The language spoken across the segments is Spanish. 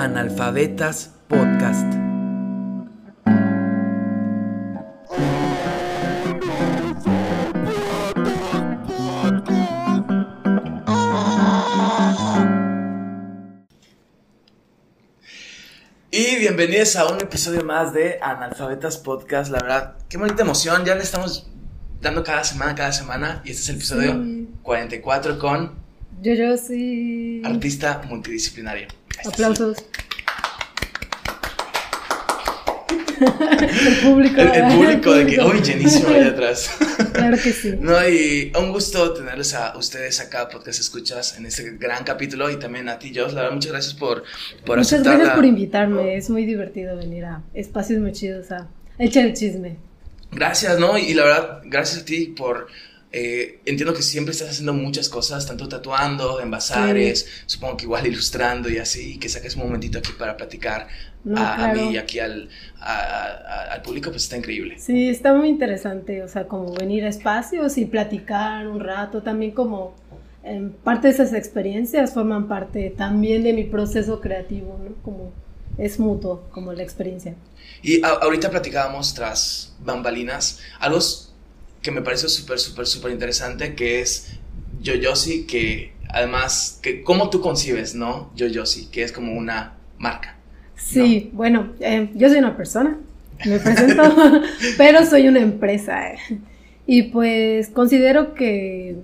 Analfabetas Podcast. Y bienvenidos a un episodio más de Analfabetas Podcast. La verdad, qué bonita emoción. Ya le estamos dando cada semana. Y este es el episodio 44 con Yo sí. Artista multidisciplinario. Aplausos. El público. El público de que hoy llenísimo allá atrás. Claro que sí. No, y un gusto tenerles a ustedes acá, Podcast Escuchas, en este gran capítulo. Y también a ti, Jos. La verdad, muchas gracias por Muchas aceptar. gracias por invitarme. Es muy divertido venir a espacios muy chidos a echar el chisme. Gracias, ¿no? Y la verdad, gracias a ti por... entiendo que siempre estás haciendo muchas cosas, tanto tatuando, en bazares, supongo que igual ilustrando y así, y que saques un momentito aquí para platicar a mí y aquí al público, pues está increíble. Sí, está muy interesante, o sea, como venir a espacios y platicar un rato, también como parte de esas experiencias forman parte también de mi proceso creativo, ¿no? Como es mutuo, como la experiencia. Y ahorita platicábamos tras bambalinas, algo que me parece súper interesante, que es Yoyosi, que además, que cómo tú concibes, ¿no? Yoyosi, que es como una marca. Sí, ¿no? Bueno, yo soy una persona, me presento, pero soy una empresa. Y pues considero que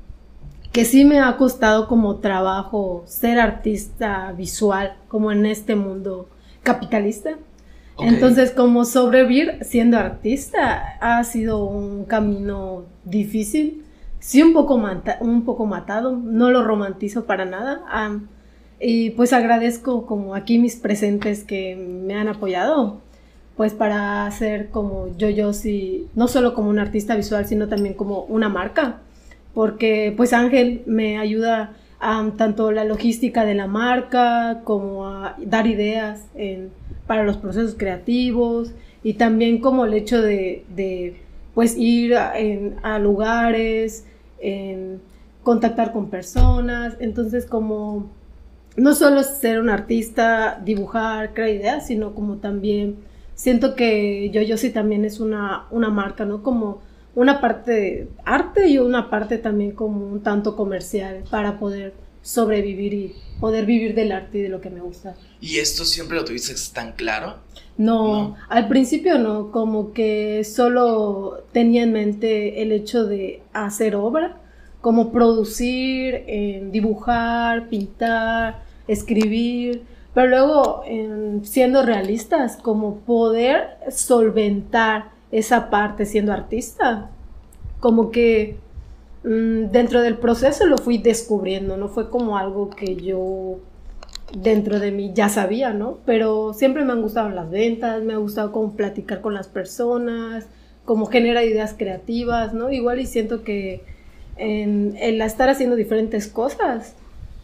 sí me ha costado como trabajo ser artista visual, como en este mundo capitalista. Okay. Entonces, como sobrevivir siendo artista ha sido un camino difícil, sí un poco matado, no lo romantizo para nada, y pues agradezco como aquí mis presentes que me han apoyado, pues para hacer como yo sí, no solo como un artista visual, sino también como una marca, porque pues Ángel me ayuda a tanto la logística de la marca como a dar ideas para los procesos creativos, y también como el hecho de pues ir a lugares, contactar con personas. Entonces como no solo es ser un artista, dibujar, crear ideas, sino como también siento que yo sí también es una marca, ¿no? Como una parte de arte y una parte también como un tanto comercial para poder sobrevivir y poder vivir del arte y de lo que me gusta. ¿Y esto siempre lo tuviste tan claro? No, al principio no, como que solo tenía en mente el hecho de hacer obra, como producir, dibujar, pintar, escribir, pero luego siendo realistas, como poder solventar esa parte siendo artista, como que dentro del proceso lo fui descubriendo, no fue como algo que yo dentro de mí ya sabía, ¿no? Pero siempre me han gustado las ventas, me ha gustado como platicar con las personas, como generar ideas creativas, ¿no? Igual y siento que en el estar haciendo diferentes cosas,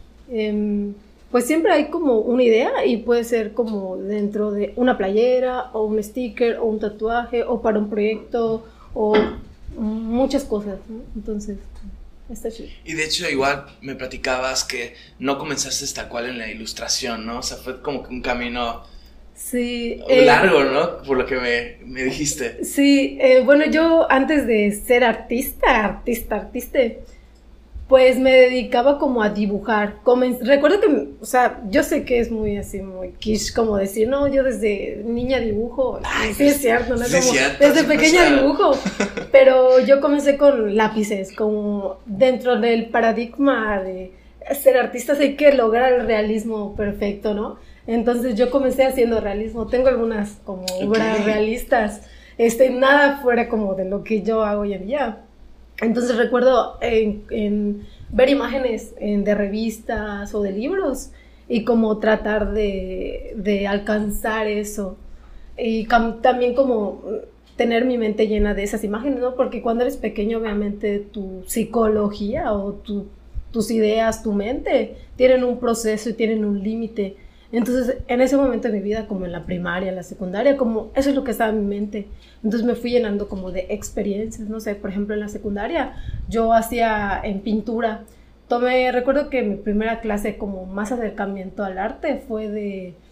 pues siempre hay como una idea, y puede ser como dentro de una playera o un sticker o un tatuaje o para un proyecto o muchas cosas, ¿no? Entonces está chido. Y de hecho igual me platicabas que no comenzaste tal cual en la ilustración, ¿no? O sea, fue como que un camino largo, ¿no? Por lo que me dijiste. Sí, bueno, yo antes de ser artista, pues me dedicaba como a dibujar. Recuerdo que, o sea, yo sé que es muy así, muy quiche como decir, no, yo desde niña dibujo. Ay, sí, es cierto, ¿no? Sí, como es cierto, desde pequeña dibujo. Pero yo comencé con lápices, como dentro del paradigma de ser artista hay que lograr el realismo perfecto, ¿no? Entonces yo comencé haciendo realismo. Tengo algunas como obras realistas, nada fuera como de lo que yo hago hoy en día. Entonces recuerdo en ver imágenes de revistas o de libros y como tratar de alcanzar eso, y también como tener mi mente llena de esas imágenes, ¿no? Porque cuando eres pequeño obviamente tu psicología o tus ideas, tu mente tienen un proceso y tienen un límite. Entonces, en ese momento de mi vida, como en la primaria, en la secundaria, como eso es lo que estaba en mi mente. Entonces me fui llenando como de experiencias, no sé, por ejemplo, en la secundaria yo hacía en pintura. Recuerdo que mi primera clase como más acercamiento al arte fue de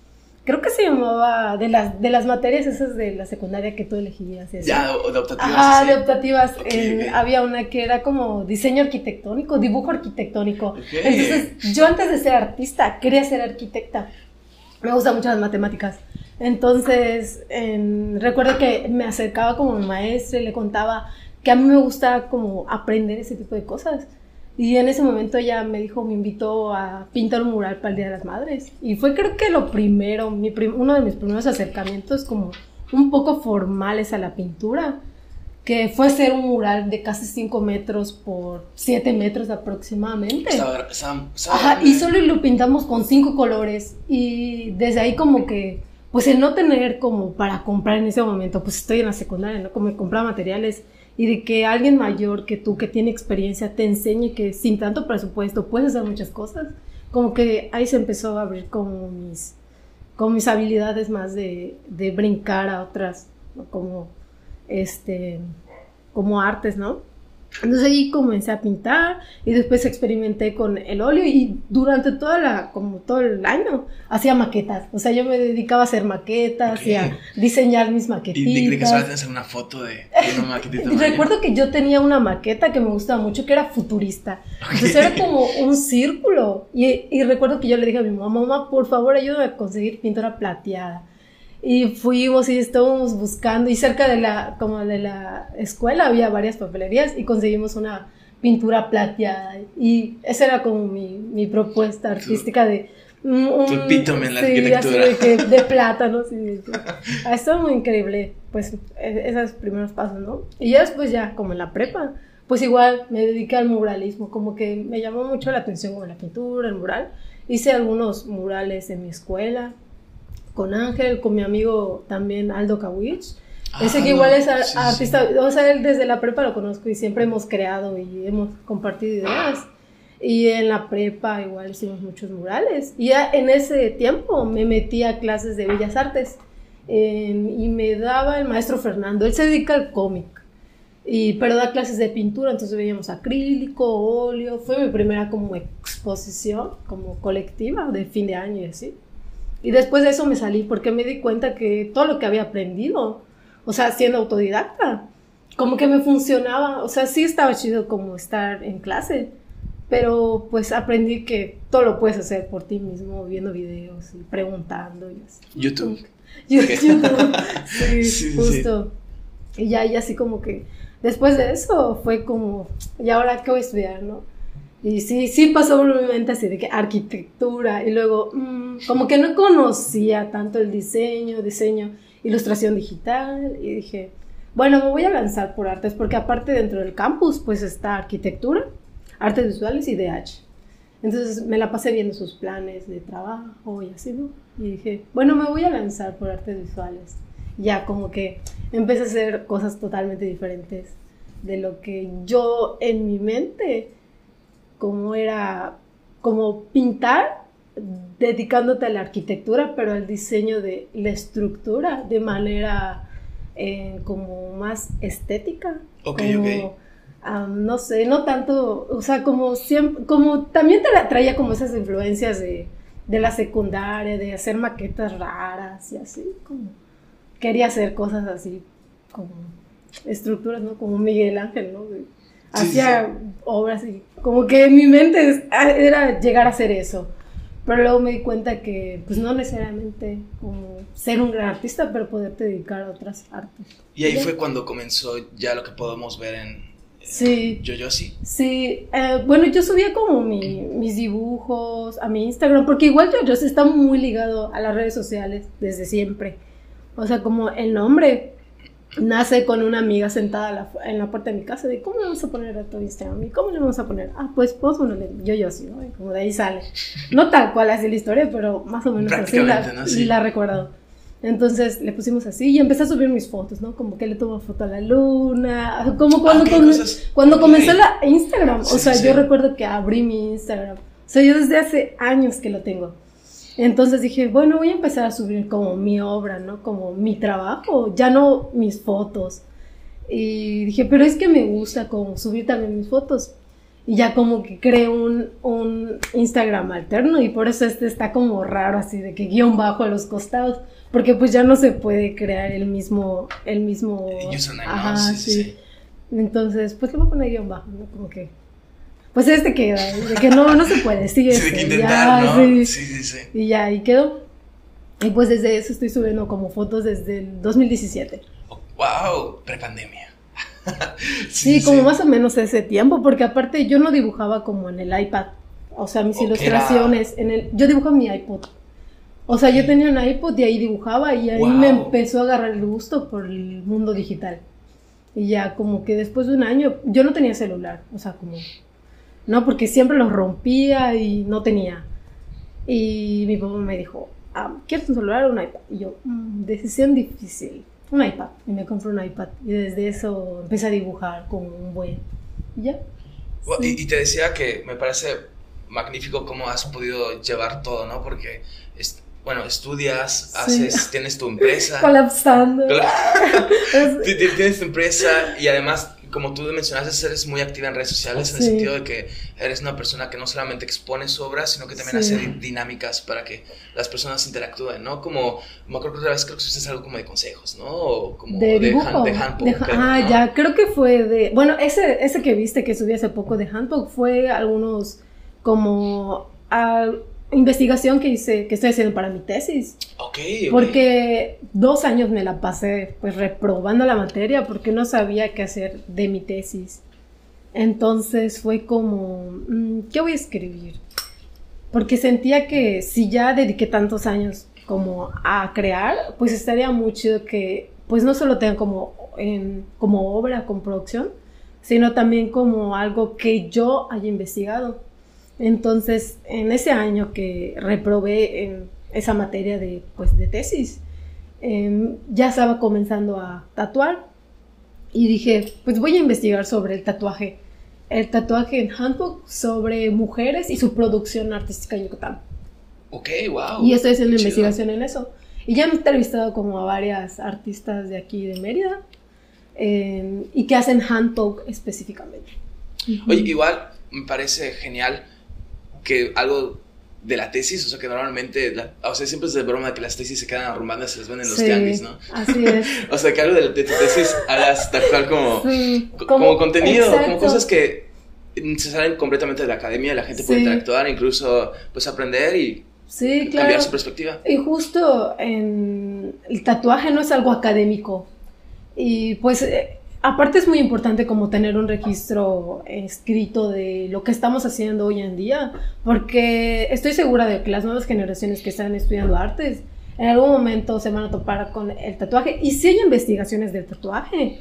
creo que se llamaba, de las materias esas de la secundaria que tú elegías. Ya, o de optativas. Ah, de optativas. Okay. Había una que era como diseño arquitectónico, dibujo arquitectónico. Okay. Entonces, yo antes de ser artista, quería ser arquitecta. Me gustan mucho las matemáticas. Entonces, recuerdo que me acercaba como mi maestra y le contaba que a mí me gusta como aprender ese tipo de cosas. Y en ese momento ella me invitó a pintar un mural para el Día de las Madres. Y fue creo que lo primero, uno de mis primeros acercamientos como un poco formales a la pintura, que fue hacer un mural de casi 5 metros por 7 metros aproximadamente. Ajá, y solo lo pintamos con 5 colores. Y desde ahí como que, pues el no tener como para comprar en ese momento, pues estoy en la secundaria, ¿no? Como me compraba materiales. Y de que alguien mayor que tú, que tiene experiencia, te enseñe que sin tanto presupuesto puedes hacer muchas cosas. Como que ahí se empezó a abrir como mis habilidades más de brincar a otras, ¿no? Como artes, ¿no? Entonces ahí comencé a pintar y después experimenté con el óleo y durante todo el año hacía maquetas. O sea, yo me dedicaba a hacer maquetas y a diseñar mis maquetitas. ¿Y de qué solo tienes una foto de una maquetita? Recuerdo que yo tenía una maqueta que me gustaba mucho, que era futurista. Entonces era como un círculo y recuerdo que yo le dije a mi mamá, por favor ayúdame a conseguir pintura plateada. Y fuimos y estábamos buscando y cerca de la escuela había varias papelerías y conseguimos una pintura plateada y esa era como mi propuesta artística de tu epítome en la arquitectura, así de plátanos y estuvo muy increíble, pues esos primeros pasos, ¿no? Y ya después ya como en la prepa pues igual me dediqué al muralismo, como que me llamó mucho la atención como la pintura, el mural. Hice algunos murales en mi escuela con Ángel, con mi amigo también Aldo Kawich. Ese que igual es artista, o sea, él desde la prepa lo conozco y siempre hemos creado y hemos compartido ideas. Y en la prepa igual hicimos muchos murales. Y ya en ese tiempo me metí a clases de Bellas Artes y me daba el maestro Fernando. Él se dedica al cómic, pero da clases de pintura, entonces veíamos acrílico, óleo. Fue mi primera como exposición como colectiva de fin de año y así. Y después de eso me salí porque me di cuenta que todo lo que había aprendido, o sea, siendo autodidacta, como que me funcionaba. O sea, sí estaba chido como estar en clase, pero pues aprendí que todo lo puedes hacer por ti mismo, viendo videos y preguntando y así. YouTube. YouTube, sí, justo. Sí. Y ya así como que después de eso fue como, ¿y ahora qué voy a estudiar, no? Y sí pasó por mi mente así de que arquitectura y luego como que no conocía tanto el diseño, ilustración digital y dije, bueno, me voy a lanzar por artes porque aparte dentro del campus pues está arquitectura, artes visuales y DH. Entonces me la pasé viendo sus planes de trabajo y así, ¿no? Y dije, bueno, me voy a lanzar por artes visuales. Ya como que empecé a hacer cosas totalmente diferentes de lo que yo en mi mente como era como pintar dedicándote a la arquitectura pero al diseño de la estructura de manera como más estética, no sé, no tanto, o sea, como siempre, como también traía como esas influencias de la secundaria, de hacer maquetas raras y así, como quería hacer cosas así como estructuras, ¿no? Como Miguel Ángel, ¿no? Hacía obras y como que en mi mente era llegar a hacer eso, pero luego me di cuenta que pues no necesariamente como ser un gran artista, pero poderte dedicar a otras artes. Y ahí fue cuando comenzó ya lo que podemos ver en Yoyosi. Sí, bueno, yo subía como mis dibujos a mi Instagram, porque igual Yoyosi está muy ligado a las redes sociales desde siempre. O sea, como el nombre nace con una amiga sentada en la puerta de mi casa de ¿cómo le vamos a poner a tu Instagram? ¿Y cómo le vamos a poner? Pues ponerle Yoyosi, ¿no? Y como de ahí sale. No tal cual así la historia, pero más o menos así la he recordado. Entonces le pusimos así y empecé a subir mis fotos, ¿no? Como que le tomo foto a la luna, como cuando comenzó la Instagram. O sea, yo recuerdo que abrí mi Instagram. O sea, yo desde hace años que lo tengo. Entonces dije, bueno, voy a empezar a subir como mi obra, ¿no? Como mi trabajo, ya no mis fotos. Y dije, pero es que me gusta como subir también mis fotos. Y ya como que creé un Instagram alterno y por eso está como raro así de que guión bajo a los costados, porque pues ya no se puede crear el mismo username, ajá, ¿no? sí. Entonces pues le voy a poner guión bajo, ¿no? Como que pues queda, de que no se puede, sí, sí, de que intentar, ya, ¿no? Sí. Y ya, y quedó. Y pues desde eso estoy subiendo como fotos desde el 2017. Oh, wow, prepandemia. Sí, como más o menos ese tiempo, porque aparte yo no dibujaba como en el iPad, o sea, mis ilustraciones, yo dibujaba en mi iPod, o sea, yo tenía un iPod y ahí dibujaba y ahí me empezó a agarrar el gusto por el mundo digital, y ya como que después de un año, yo no tenía celular, o sea, como, no, porque siempre los rompía y no tenía, y mi papá me dijo, ¿quieres un celular o un iPad? Y yo, decisión difícil. Un iPad, y me compré un iPad y desde eso empecé a dibujar con un buen y ya. Sí. Y te decía que me parece magnífico cómo has podido llevar todo, ¿no? Porque, bueno, estudias, tienes tu empresa. Colapsando. Tienes tu empresa y además, como tú mencionaste, eres muy activa en redes sociales en el sentido de que eres una persona que no solamente expone su obra, sino que también hace dinámicas para que las personas interactúen, ¿no? Como, me acuerdo que otra vez creo que usted algo como de consejos, ¿no? O como de dibujo. De handbook. ¿No? Ya, creo que fue de... Bueno, ese que viste que subí hace poco de handbook fue algunos como... investigación que estoy haciendo para mi tesis. Okay. Porque 2 años me la pasé pues reprobando la materia porque no sabía qué hacer de mi tesis. Entonces fue como, ¿qué voy a escribir? Porque sentía que si ya dediqué tantos años como a crear, pues estaría muy chido que pues no solo tenga como obra, con producción, sino también como algo que yo haya investigado. Entonces, en ese año que reprobé en esa materia de tesis, ya estaba comenzando a tatuar y dije, pues voy a investigar sobre el tatuaje en handbook sobre mujeres y su producción artística en Yucatán. Ok, wow. Y estoy haciendo investigación en eso. Y ya he entrevistado como a varias artistas de aquí de Mérida y que hacen handbook específicamente. Oye, igual me parece genial que algo de la tesis, o sea, que normalmente, o sea, siempre es de broma que las tesis se quedan arrumbadas y se les ven en los tianguis, ¿no? Así es. O sea, que algo de tu tesis hagas tal cual como contenido, exacto, como cosas que se salen completamente de la academia, la gente puede interactuar, incluso pues aprender y cambiar su perspectiva. Y justo el tatuaje no es algo académico y pues... aparte es muy importante como tener un registro escrito de lo que estamos haciendo hoy en día, porque estoy segura de que las nuevas generaciones que están estudiando artes en algún momento se van a topar con el tatuaje, y sí hay investigaciones del tatuaje,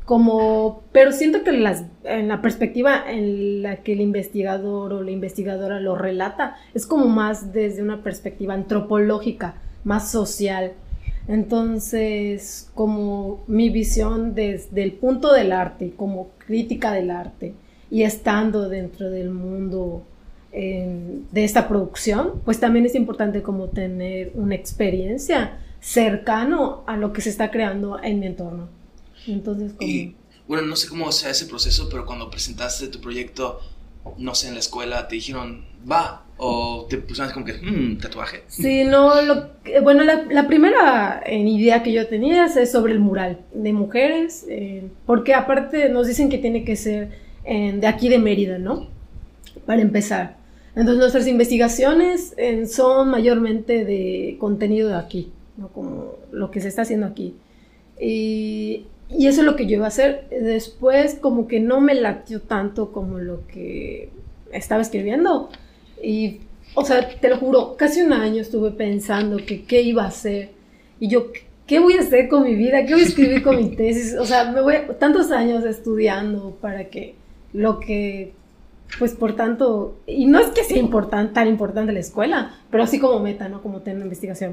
pero siento que en la perspectiva en la que el investigador o la investigadora lo relata es como más desde una perspectiva antropológica, más social. Entonces, como mi visión desde el punto del arte, como crítica del arte, y estando dentro del mundo de esta producción, pues también es importante como tener una experiencia cercano a lo que se está creando en mi entorno. Entonces, y bueno, no sé cómo sea ese proceso, pero cuando presentaste tu proyecto, no sé, en la escuela, te dijeron, va, o te pusieron como que, tatuaje. Sí, no, bueno, la primera idea que yo tenía es sobre el mural de mujeres, porque aparte nos dicen que tiene que ser de aquí de Mérida, ¿no? Para empezar. Entonces nuestras investigaciones son mayormente de contenido de aquí, ¿no? Como lo que se está haciendo aquí. Y eso es lo que yo iba a hacer. Después como que no me latió tanto como lo que estaba escribiendo. Y, o sea, te lo juro, casi un año estuve pensando que qué iba a hacer. Y yo, ¿qué voy a hacer con mi vida? ¿Qué voy a escribir con mi tesis? O sea, tantos años estudiando para que lo que, pues por tanto, y no es que sea tan importante la escuela, pero así como meta, ¿no? Como tener investigación.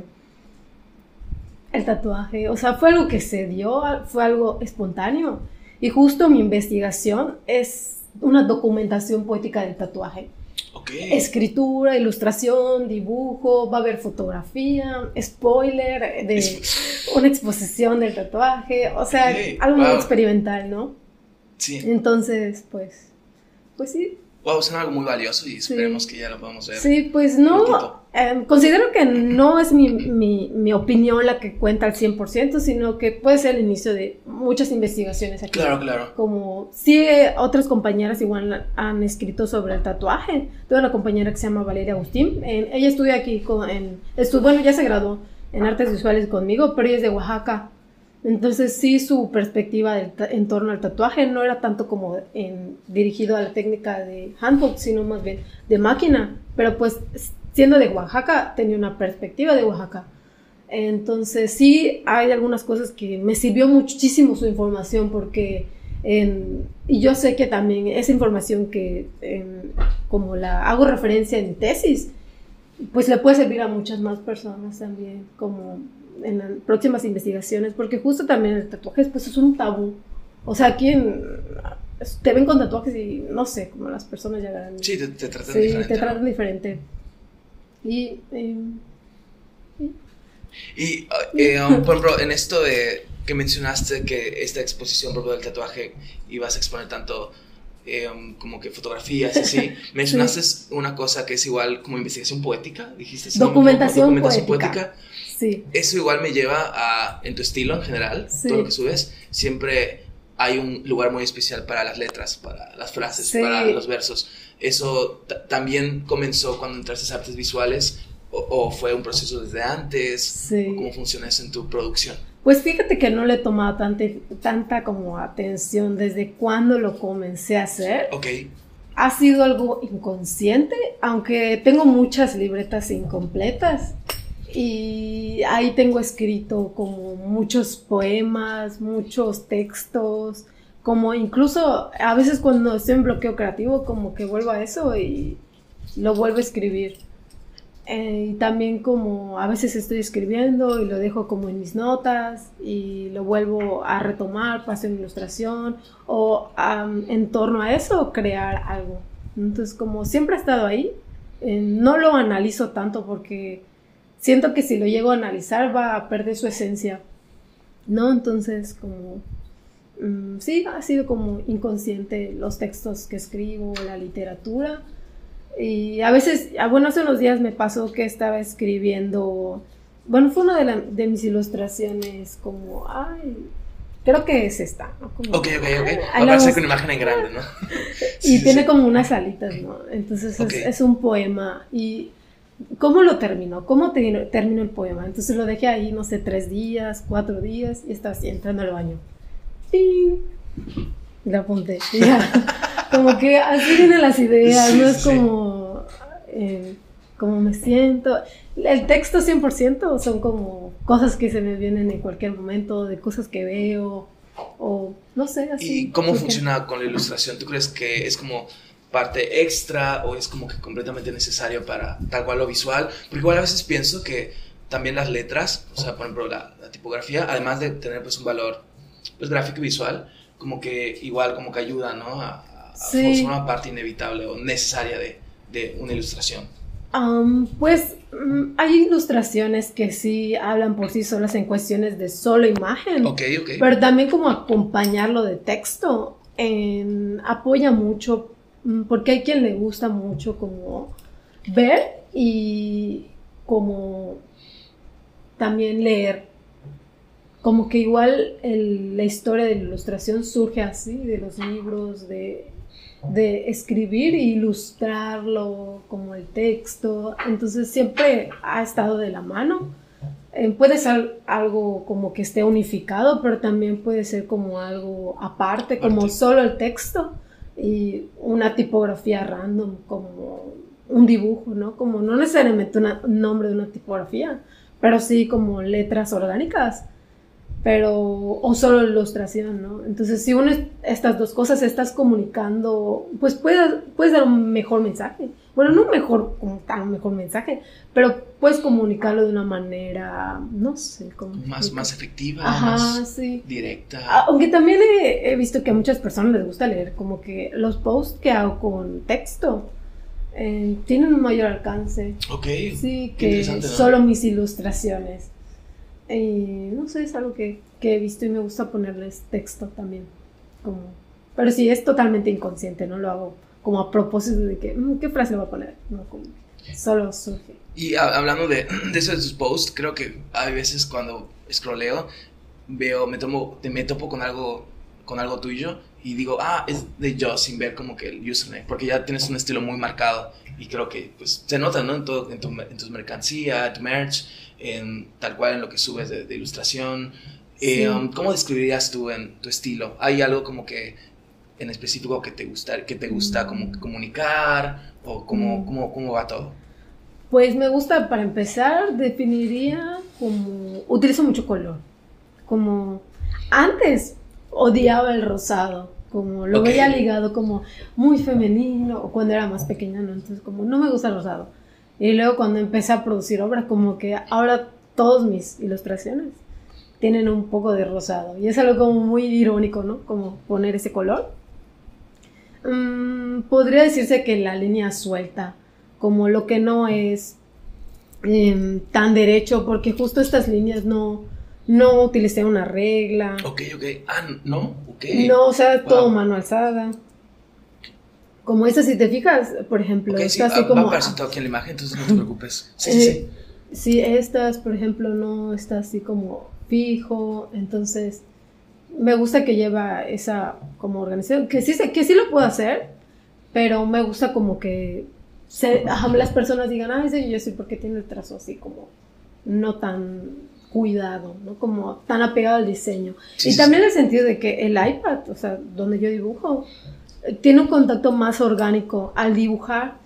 El tatuaje, o sea, fue algo que se dio, fue algo espontáneo. Y justo mi investigación es una documentación poética del tatuaje. Okay. Escritura, ilustración, dibujo, va a haber fotografía, spoiler de una exposición del tatuaje, o sea, algo muy experimental, ¿no? Sí. Entonces, pues sí. Wow, es algo muy valioso y esperemos que ya lo podamos ver. Sí, pues no, considero que no es mi opinión la que cuenta al 100%, sino que puede ser el inicio de muchas investigaciones aquí. Claro. Como sí, otras compañeras igual han escrito sobre el tatuaje. Tengo una compañera que se llama Valeria Agustín. Ella estudia aquí, bueno, ya se graduó en artes visuales conmigo, pero ella es de Oaxaca. Entonces sí, su perspectiva en torno al tatuaje no era tanto como dirigido a la técnica de handbook, sino más bien de máquina, pero pues siendo de Oaxaca tenía una perspectiva de Oaxaca. Entonces sí hay algunas cosas que me sirvió muchísimo su información, porque y yo sé que también esa información que como la hago referencia en tesis, pues le puede servir a muchas más personas también, como en las próximas investigaciones, porque justo también el tatuaje pues es un tabú. O sea, aquí te ven con tatuajes y no sé, como las personas llegarán. Sí, te tratan diferente. Sí, te tratan diferente. Por ejemplo, en esto de que mencionaste que esta exposición, por ejemplo, del tatuaje, ibas a exponer tanto como que fotografías y así, mencionaste sí. Una cosa que es igual como investigación poética, dijiste. Si documentación poética. Sí. Eso igual me lleva a, en tu estilo en general, sí. Todo lo que subes, siempre hay un lugar muy especial para las letras, para las frases, sí. Para los versos. ¿Eso también comenzó cuando entraste a artes visuales o fue un proceso desde antes? Sí. ¿Cómo funciona eso en tu producción? Pues fíjate que no le he tomado tanta como atención desde cuando lo comencé a hacer. Ok. Ha sido algo inconsciente, aunque tengo muchas libretas incompletas. Y ahí tengo escrito como muchos poemas, muchos textos, como incluso a veces cuando estoy en bloqueo creativo como que vuelvo a eso y lo vuelvo a escribir. Y también como a veces estoy escribiendo y lo dejo como en mis notas y lo vuelvo a retomar para hacer una ilustración o en torno a eso crear algo. Entonces como siempre ha estado ahí, no lo analizo tanto porque siento que si lo llego a analizar va a perder su esencia, ¿no? Entonces, como, sí, ha sido como inconsciente los textos que escribo, la literatura. Y a veces, bueno, hace unos días me pasó que estaba escribiendo, bueno, fue una de mis ilustraciones como, creo que es esta, ¿no? Como, ok. Va a aparecer con una imagen en grande, ¿no? Y tiene como unas alitas, ¿no? Entonces es un poema y... ¿Cómo lo terminó? ¿Cómo terminó el poema? Entonces lo dejé ahí, no sé, 3 días, 4 días y estaba así entrando al baño. ¡Ping! Y la apunté. Y ya. Como que así vienen las ideas, sí, no es como, como me siento. El texto 100% son como cosas que se me vienen en cualquier momento, de cosas que veo o no sé, así. ¿Y cómo funciona con la ilustración? ¿Tú crees que es como parte extra o es como que completamente necesario para tal cual lo visual? Porque igual a veces pienso que también las letras, o sea, por ejemplo la tipografía, además de tener pues un valor pues gráfico y visual, como que igual como que ayuda, ¿no? Sí. Es una parte inevitable o necesaria de una ilustración. Pues hay ilustraciones que sí hablan por sí solas en cuestiones de solo imagen, okay. Pero también como acompañarlo de texto apoya mucho, porque hay quien le gusta mucho como ver y como también leer, como que igual la historia de la ilustración surge así, de los libros, de escribir e ilustrarlo como el texto, entonces siempre ha estado de la mano. Puede ser algo como que esté unificado, pero también puede ser como algo aparte, como solo el texto y una tipografía random, como un dibujo, ¿no? Como no necesariamente un nombre de una tipografía, pero sí como letras orgánicas, o solo ilustración, ¿no? Entonces, si unes estas dos cosas, estás comunicando, pues puedes dar un mejor mensaje. Bueno, no mejor, como tan mejor mensaje, pero puedes comunicarlo de una manera, no sé, como... Más efectiva, más directa. Aunque también he visto que a muchas personas les gusta leer, como que los posts que hago con texto tienen un mayor alcance. Ok. Sí, que solo mis ilustraciones. No sé, es algo que he visto y me gusta ponerles texto también. Pero sí, es totalmente inconsciente, no lo hago como a propósito de que, ¿qué frase le voy a poner? No, como solo surge. Y hablando de eso de tus posts, creo que hay veces cuando scrolleo, me topo con algo tuyo y digo, es de yo, sin ver como que el username, porque ya tienes un estilo muy marcado y creo que pues se nota, ¿no? En todo, en tus mercancía, tu merch, tal cual en lo que subes de ilustración. Sí. ¿Cómo describirías tú en tu estilo? ¿Hay algo como que en específico que te gusta como comunicar o cómo va todo? Pues me gusta, para empezar, definiría como, utilizo mucho color, como antes odiaba el rosado, como lo veía ligado como muy femenino, o cuando era más pequeña, ¿no? Entonces como no me gusta el rosado. Y luego cuando empecé a producir obras, como que ahora todas mis ilustraciones tienen un poco de rosado, y es algo como muy irónico, ¿no? Como poner ese color. Podría decirse que la línea suelta, como lo que no es tan derecho, porque justo estas líneas no utilicé una regla. Ok. ¿No? Ok. No, o sea, todo mano alzada. Como esta, si te fijas, por ejemplo, está así como... va presentado aquí en la imagen, entonces no te preocupes. Sí. Sí, estas, por ejemplo, no está así como fijo, entonces me gusta que lleva esa como organización, que sí lo puedo hacer, pero me gusta como que las personas digan, sí, yo sí, porque tiene el trazo así como no tan cuidado, ¿no? Como tan apegado al diseño. Y también el sentido de que el iPad, o sea, donde yo dibujo, tiene un contacto más orgánico al dibujar,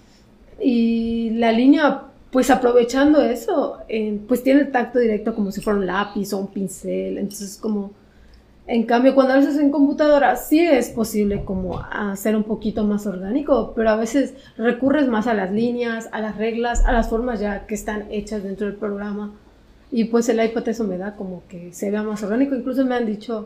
y la línea, pues aprovechando eso, pues tiene el tacto directo como si fuera un lápiz o un pincel. Entonces como, en cambio, cuando lo haces en computadora sí es posible como hacer un poquito más orgánico, pero a veces recurres más a las líneas, a las reglas, a las formas ya que están hechas dentro del programa, y pues el iPad eso me da como que se vea más orgánico. Incluso me han dicho,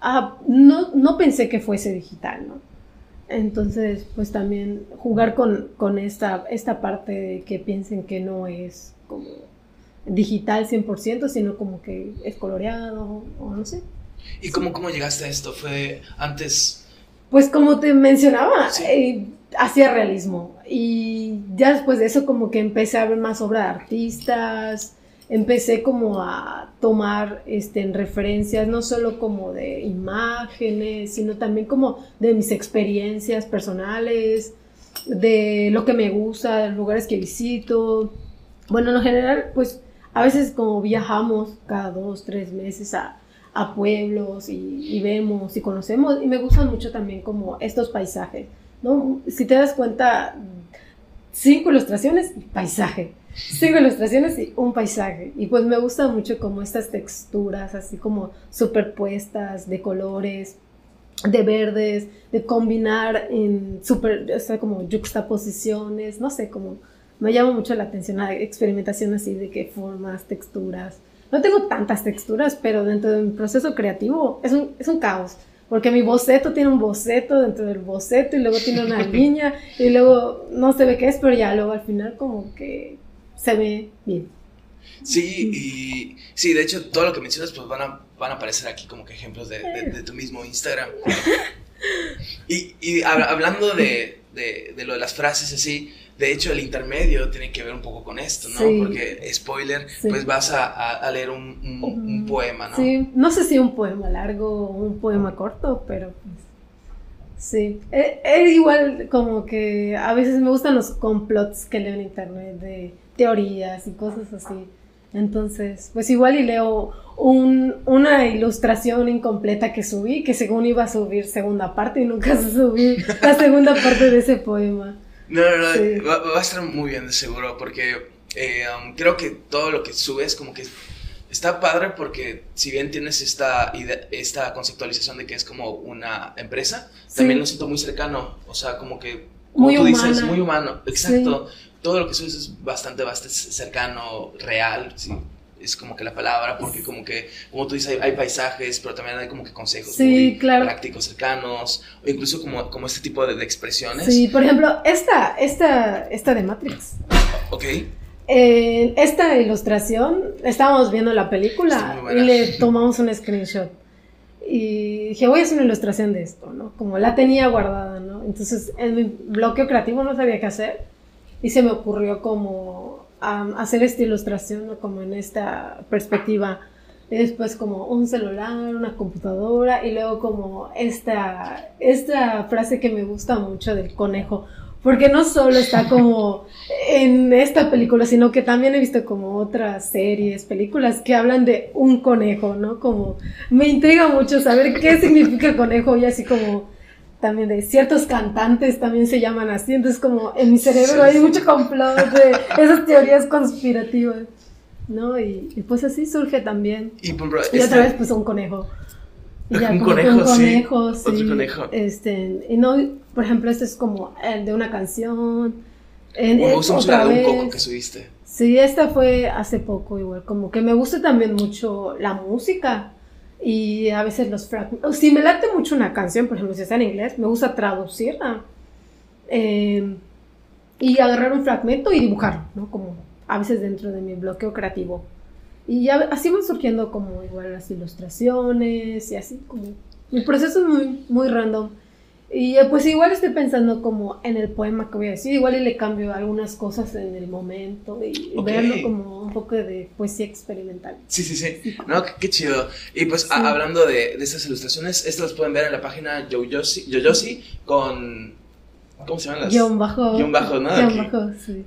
no pensé que fuese digital, ¿no? Entonces, pues también jugar con esta parte de que piensen que no es como digital 100%, sino como que es coloreado o no sé. ¿Y cómo llegaste a esto? ¿Fue antes? Pues como te mencionaba, hacía realismo, y ya después de eso como que empecé a ver más obra de artistas, empecé como a tomar referencias, no solo como de imágenes, sino también como de mis experiencias personales, de lo que me gusta, de los lugares que visito. Bueno, en lo general, pues a veces como viajamos cada 2-3 meses a pueblos y vemos y conocemos, y me gustan mucho también como estos paisajes, ¿no? Si te das cuenta, 5 ilustraciones y paisaje. 5 ilustraciones y un paisaje, y pues me gusta mucho como estas texturas así como superpuestas de colores, de verdes, de combinar o sea, como juxtaposiciones, no sé, como me llama mucho la atención la experimentación así de que formas, texturas. No tengo tantas texturas, pero dentro de mi proceso creativo es un caos, porque mi boceto tiene un boceto dentro del boceto, y luego tiene una línea, y luego no se ve qué es, pero ya luego al final como que se ve bien. Sí, y sí, de hecho todo lo que mencionas pues van a aparecer aquí como que ejemplos de tu mismo Instagram. Y hablando de lo de las frases así, de hecho el intermedio tiene que ver un poco con esto, ¿no? Sí. Porque, spoiler, pues vas a leer un poema, ¿no? Sí, no sé si un poema largo o un poema corto, pero pues, sí. Es igual como que a veces me gustan los complots que leo en internet de teorías y cosas así. Entonces, pues igual y leo una ilustración incompleta que subí, que según iba a subir segunda parte, y nunca subí la segunda parte de ese poema. No, sí. va a estar muy bien de seguro, porque creo que todo lo que subes como que está padre, porque si bien tienes esta conceptualización de que es como una empresa, sí, también lo siento muy cercano, o sea, como que, como muy tú humana. Dices, muy humano, exacto. Sí. Todo lo que subes es bastante cercano, real, sí. Es como que la palabra, porque como tú dices, hay paisajes, pero también hay como que consejos, sí, muy claro, prácticos, cercanos, o incluso como este tipo de expresiones. Sí, por ejemplo, esta de Matrix. Ok. Esta ilustración, estábamos viendo la película y le tomamos un screenshot. Y dije, voy a hacer una ilustración de esto, ¿no? Como la tenía guardada, ¿no? Entonces, en mi bloqueo creativo no sabía qué hacer y se me ocurrió como hacer esta ilustración, ¿no? Como en esta perspectiva. Y después como un celular, una computadora y luego como esta frase que me gusta mucho del conejo. Porque no solo está como en esta película, sino que también he visto como otras series, películas que hablan de un conejo, ¿no? Como me intriga mucho saber qué significa conejo y así como también de ciertos cantantes también se llaman así. Entonces como en mi cerebro hay mucho complot de esas teorías conspirativas, ¿no? Y pues así surge también. Y otra vez pues un conejo. Ya, un conejo, sí. Otro conejo. Y no, por ejemplo, este es como el de una canción. Me gusta mucho la de un coco que subiste. Sí, esta fue hace poco igual. Como que me gusta también mucho la música. Y a veces los fragmentos. Si me late mucho una canción, por ejemplo, si está en inglés, me gusta traducirla. Y agarrar un fragmento y dibujarlo, ¿no? Como a veces dentro de mi bloqueo creativo. Y ya así van surgiendo como igual las ilustraciones y así como... Mi proceso es muy, muy random. Y pues igual estoy pensando como en el poema que voy a decir. Igual y le cambio algunas cosas en el momento y verlo como un poco de poesía experimental. Sí. No, qué chido. Y pues hablando de esas ilustraciones, estas las pueden ver en la página Yoyosi con... ¿Cómo se llaman las? Guión bajo, ¿no? Guión bajo, sí.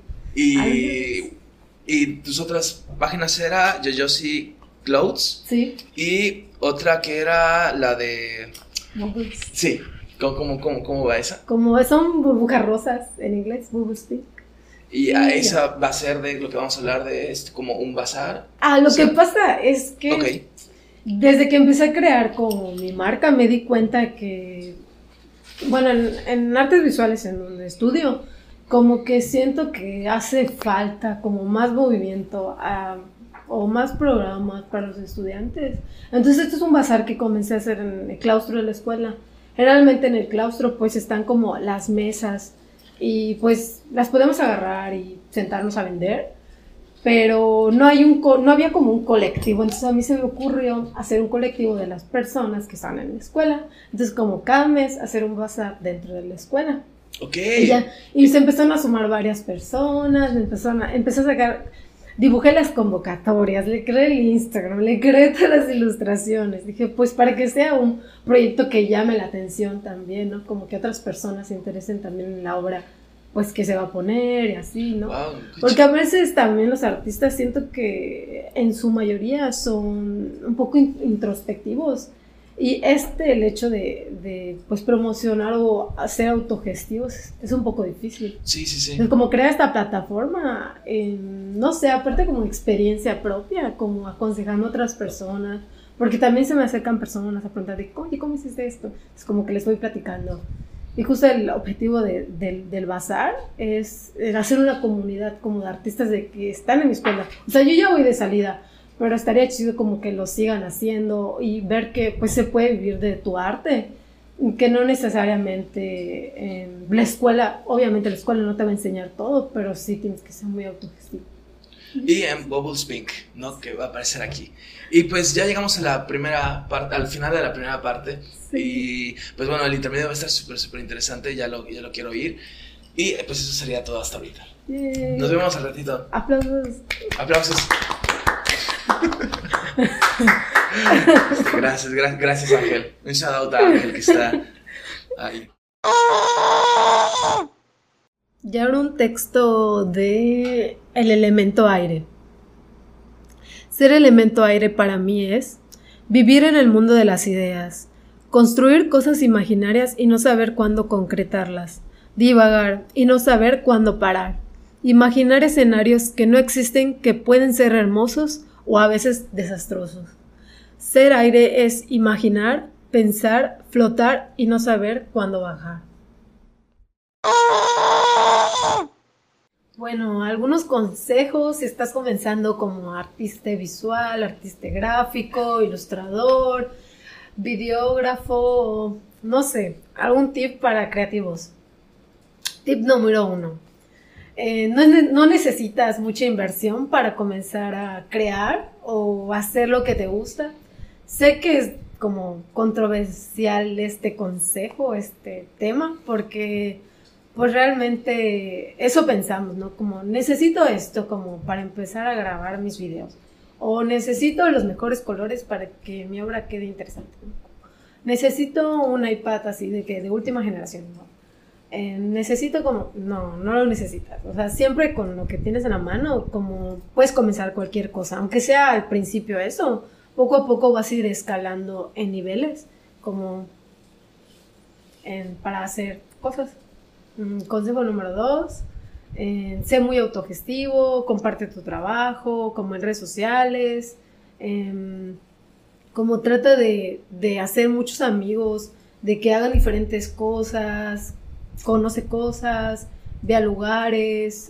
Y tus otras páginas era Yoyosi Clothes. Sí. Y otra que era la de... Bubbles. Sí. ¿Cómo va esa? Como son burbujas rosas en inglés, Bubbles Pink. Y esa va a ser de lo que vamos a hablar de como un bazar. Lo que pasa es que desde que empecé a crear como mi marca me di cuenta que, bueno, en artes visuales en donde estudio, como que siento que hace falta como más movimiento o más programas para los estudiantes. Entonces esto es un bazar que comencé a hacer en el claustro de la escuela. Generalmente en el claustro pues están como las mesas y pues las podemos agarrar y sentarnos a vender, pero no había como un colectivo. Entonces a mí se me ocurrió hacer un colectivo de las personas que están en la escuela. Entonces como cada mes hacer un bazar dentro de la escuela. Y se empezaron a sumar varias personas, empezó a sacar, dibujé las convocatorias, le creé el Instagram, le creé todas las ilustraciones. Dije, pues para que sea un proyecto que llame la atención también, ¿no? Como que otras personas se interesen también en la obra, pues que se va a poner y así, ¿no? Wow, porque a veces también los artistas siento que en su mayoría son un poco introspectivos. Y el hecho de pues promocionar o hacer autogestivos es un poco difícil. Sí. Entonces, como crear esta plataforma, no sé, aparte como experiencia propia, como aconsejando a otras personas, porque también se me acercan personas a preguntar de, oye, ¿cómo hiciste esto? Es como que les voy platicando. Y justo el objetivo del bazar es hacer una comunidad como de artistas de que están en mi escuela. O sea, yo ya voy de salida, pero estaría chido como que lo sigan haciendo y ver que pues se puede vivir de tu arte, que no necesariamente en la escuela, obviamente la escuela no te va a enseñar todo, pero sí tienes que ser muy autogestivo. Y en Bubbles Pink, ¿no? Que va a aparecer aquí. Y pues ya llegamos a la primera parte, al final de la primera parte. Sí. Y pues bueno, el intermedio va a estar súper interesante, ya lo quiero oír. Y pues eso sería todo hasta ahorita. Yeah. Nos vemos al ratito. Aplausos. Gracias Ángel. Un shout out a Ángel que está ahí. Y ahora un texto de el elemento aire. Ser elemento aire para mí es vivir en el mundo de las ideas, construir cosas imaginarias y no saber cuándo concretarlas, divagar y no saber cuándo parar, imaginar escenarios que no existen, que pueden ser hermosos o a veces desastrosos. Ser aire es imaginar, pensar, flotar y no saber cuándo bajar. Bueno, algunos consejos si estás comenzando como artista visual, artista gráfico, ilustrador, videógrafo, no sé, algún tip para creativos. Tip número 1. No necesitas mucha inversión para comenzar a crear o hacer lo que te gusta. Sé que como controversial este consejo, este tema, porque pues realmente eso pensamos, ¿no? Como necesito esto como para empezar a grabar mis videos, o necesito los mejores colores para que mi obra quede interesante, ¿no? Necesito un iPad así de última generación, ¿no? Necesito como, no lo necesitas, o sea, siempre con lo que tienes en la mano, como puedes comenzar cualquier cosa, aunque sea al principio eso, poco a poco vas a ir escalando en niveles, como para hacer cosas. Consejo número 2, sé muy autogestivo, comparte tu trabajo, como en redes sociales, como trata de hacer muchos amigos, de que hagan diferentes cosas, conoce cosas, ve a lugares,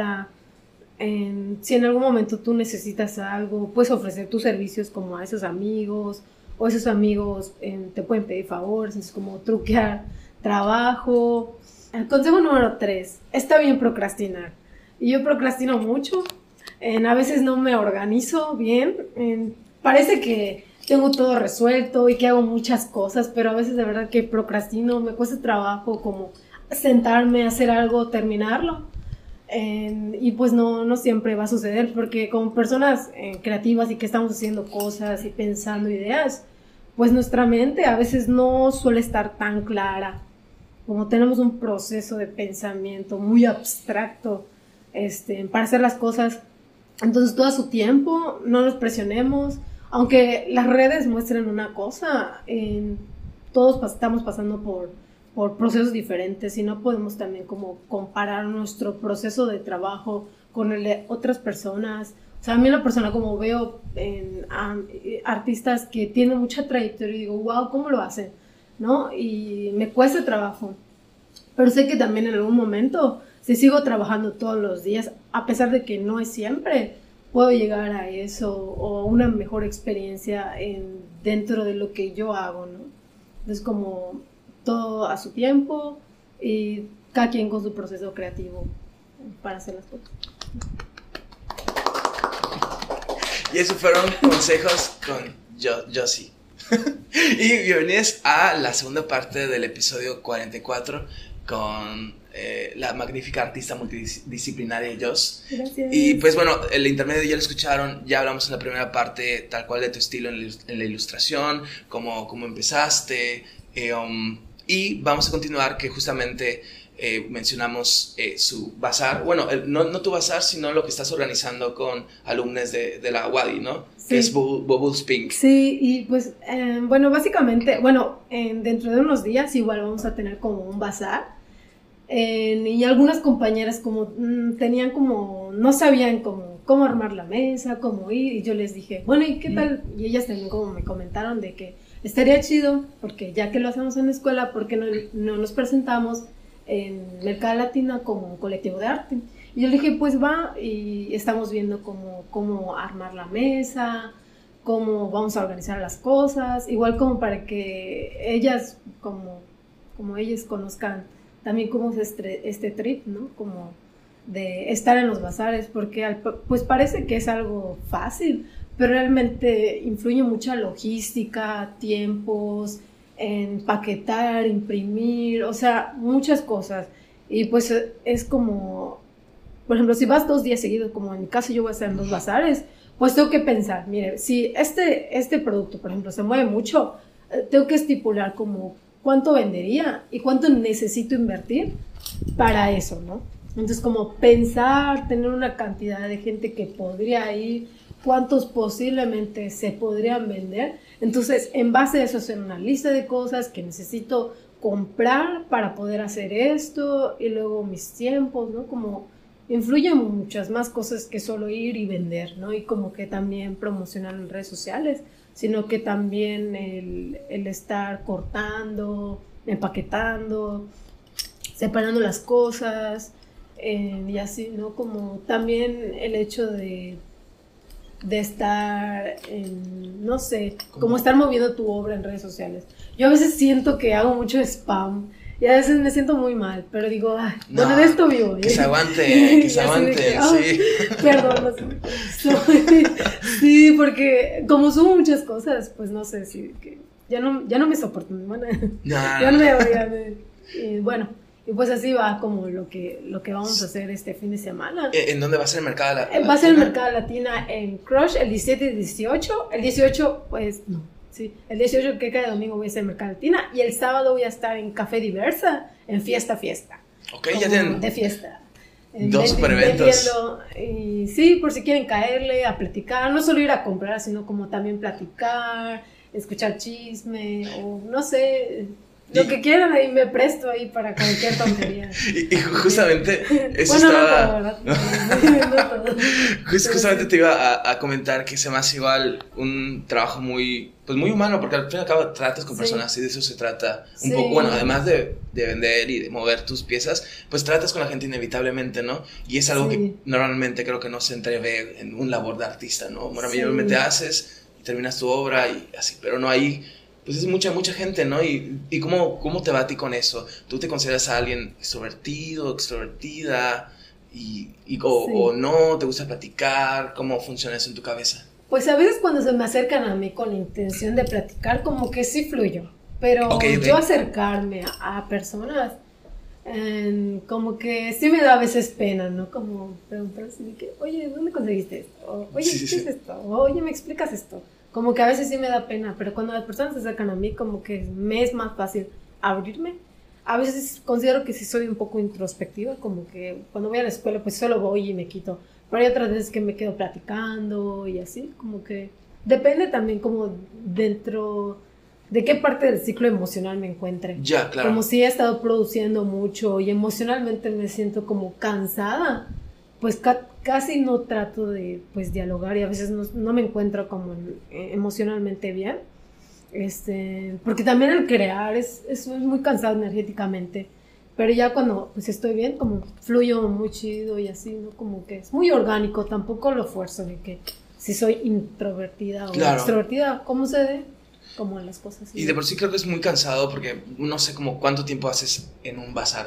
si en algún momento tú necesitas algo, puedes ofrecer tus servicios como a esos amigos, o esos amigos te pueden pedir favores, es como truquear trabajo. El consejo número 3, está bien procrastinar. Y yo procrastino mucho, a veces no me organizo bien, parece que tengo todo resuelto y que hago muchas cosas, pero a veces de verdad que procrastino, me cuesta trabajo como sentarme a hacer algo, terminarlo, y pues no siempre va a suceder, porque como personas creativas y que estamos haciendo cosas y pensando ideas, pues nuestra mente a veces no suele estar tan clara, como tenemos un proceso de pensamiento muy abstracto para hacer las cosas. Entonces todo a su tiempo, no nos presionemos, aunque las redes muestren una cosa, todos estamos pasando por procesos diferentes y no podemos también como comparar nuestro proceso de trabajo con el de otras personas. O sea, a mí en la persona como veo artistas que tienen mucha trayectoria y digo, wow, ¿cómo lo hacen? ¿No? Y me cuesta trabajo, pero sé que también en algún momento, si sigo trabajando todos los días, a pesar de que no es siempre, puedo llegar a eso o una mejor experiencia dentro de lo que yo hago, ¿no? Entonces como todo a su tiempo y cada quien con su proceso creativo para hacer las cosas. Y esos fueron consejos con Josie. Y bienvenidos a la segunda parte del episodio 44 con la magnífica artista multidisciplinaria Jos. Gracias. Y pues bueno, el intermedio ya lo escucharon, ya hablamos en la primera parte tal cual de tu estilo en la ilustración, cómo empezaste, y vamos a continuar que justamente mencionamos su bazar, bueno, no tu bazar, sino lo que estás organizando con alumnos de la UADY, ¿no? Sí. Que es Bubbles Pink. Sí, y pues, bueno, básicamente, dentro de unos días igual vamos a tener como un bazar, y algunas compañeras como tenían como, no sabían cómo armar la mesa, cómo ir, y yo les dije, bueno, ¿y qué tal? Y ellas también como me comentaron de que estaría chido, porque ya que lo hacemos en la escuela, ¿por qué no nos presentamos en Mercado Latina como un colectivo de arte? Y yo le dije, pues va, y estamos viendo cómo armar la mesa, cómo vamos a organizar las cosas, igual como para que ellas, como ellas conozcan también cómo es este trip, ¿no? Como de estar en los bazares, porque pues parece que es algo fácil, pero realmente influye mucha logística, tiempos, empaquetar, imprimir, o sea, muchas cosas. Y pues es como, por ejemplo, si vas 2 días seguidos, como en mi caso yo voy a estar en 2 bazares, pues tengo que pensar, mire, si este producto, por ejemplo, se mueve mucho, tengo que estipular como cuánto vendería y cuánto necesito invertir para eso, ¿no? Entonces, como pensar, tener una cantidad de gente que podría ir, cuántos posiblemente se podrían vender. Entonces, en base a eso, hacer una lista de cosas que necesito comprar para poder hacer esto, y luego mis tiempos, ¿no? Como influyen muchas más cosas que solo ir y vender, ¿no? Y como que también promocionar en redes sociales, sino que también el estar cortando, empaquetando, separando las cosas, y así, ¿no? Como también el hecho de estar, no sé, como estar moviendo tu obra en redes sociales. Yo a veces siento que hago mucho spam y a veces me siento muy mal, pero digo, ay, no, bueno, de esto vivo. Que se aguante, sí. Perdón, no sé. Sí, porque como subo muchas cosas, pues no sé si ya no me soporto, mi hermana. Nah. Ya no me voy a ver. Y bueno, y pues así va como lo que vamos a hacer este fin de semana. ¿En dónde va a ser el mercado latina? Va a ser el mercado latina en Crush el 17 y 18. El 18, pues, no. Sí, el 18 que cada domingo voy a hacer mercado latina. Y el sábado voy a estar en Café Diversa, en Fiesta. Ok, ya tienen... De fiesta. Dos super eventos. Y sí, por si quieren caerle a platicar, no solo ir a comprar, sino como también platicar, escuchar chisme, o no sé, lo que quieran, ahí me presto ahí para cualquier tontería. Y justamente eso bueno, estaba... no todo. Justamente te iba a comentar que se me hace igual un trabajo muy, pues muy humano, porque al fin y al cabo tratas con personas y de eso se trata un poco. Bueno, además de vender y de mover tus piezas, pues tratas con la gente inevitablemente, ¿no? Y es algo que normalmente creo que no se entrevé en un labor de artista, ¿no? Maravillosamente haces y terminas tu obra y así, pero no ahí... Pues es mucha gente, ¿no? ¿Y cómo te va a ti con eso? ¿Tú te consideras a alguien extrovertido, extrovertida? ¿O no? ¿Te gusta platicar? ¿Cómo funciona eso en tu cabeza? Pues a veces cuando se me acercan a mí con la intención de platicar, como que sí fluyo. Pero yo acercarme a personas, como que sí me da a veces pena, ¿no? Como preguntar así de que, oye, ¿dónde conseguiste esto? O, oye, ¿qué es esto? O, oye, ¿me explicas esto? Como que a veces sí me da pena, pero cuando las personas se acercan a mí, como que me es más fácil abrirme. A veces considero que sí soy un poco introspectiva, como que cuando voy a la escuela, pues solo voy y me quito. Pero hay otras veces que me quedo platicando y así, como que depende también como dentro de qué parte del ciclo emocional me encuentre. Ya, claro. Como si he estado produciendo mucho y emocionalmente me siento como cansada, pues casi no trato de pues dialogar y a veces no me encuentro como emocionalmente bien, porque también el crear es muy cansado energéticamente, pero ya cuando pues estoy bien, como fluyo muy chido y así, ¿no? Como que es muy orgánico, tampoco lo fuerzo de que si soy introvertida o extrovertida, ¿cómo se ve? Como las cosas. Y de por sí creo que es muy cansado porque no sé como cuánto tiempo haces en un bazar,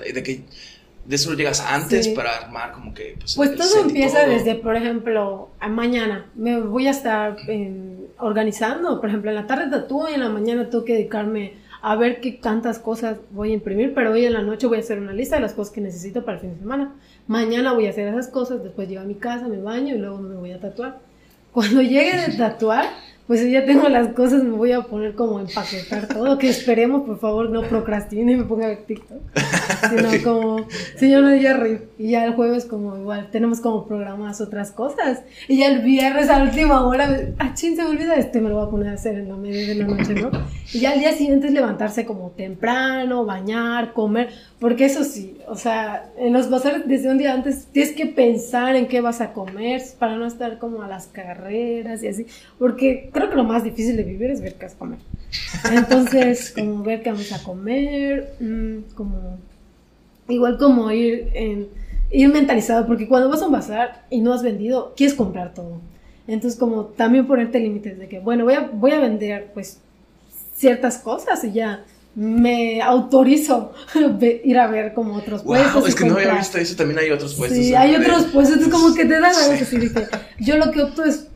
de eso llegas antes para armar como que... Pues todo empieza desde, por ejemplo, mañana me voy a estar organizando, por ejemplo, en la tarde tatúo y en la mañana tengo que dedicarme a ver qué tantas cosas voy a imprimir, pero hoy en la noche voy a hacer una lista de las cosas que necesito para el fin de semana. Mañana voy a hacer esas cosas, después llego a mi casa, me baño y luego me voy a tatuar. Cuando llegue de tatuar, pues ya tengo las cosas, me voy a poner como a empaquetar todo, que esperemos, por favor, no procrastine y me ponga a ver TikTok, sino como, si yo no ya y ya el jueves como igual, tenemos como programadas otras cosas, y ya el viernes a la última hora, se me olvida me lo voy a poner a hacer en la media de la noche, ¿no? Y ya al día siguiente es levantarse como temprano, bañar, comer, porque eso sí, o sea, en los bazares desde un día antes tienes que pensar en qué vas a comer para no estar como a las carreras y así, porque creo que lo más difícil de vivir es ver qué vas a comer. Entonces, como ver qué vamos a comer, como igual como ir mentalizado, porque cuando vas a un bazar y no has vendido, quieres comprar todo. Entonces, como también ponerte límites de que, bueno, voy a vender pues ciertas cosas y ya me autorizo ir a ver como otros puestos. Es que no había visto eso, también hay otros puestos. Sí, hay otros puestos, entonces como que te dan algo así de que yo lo que opto es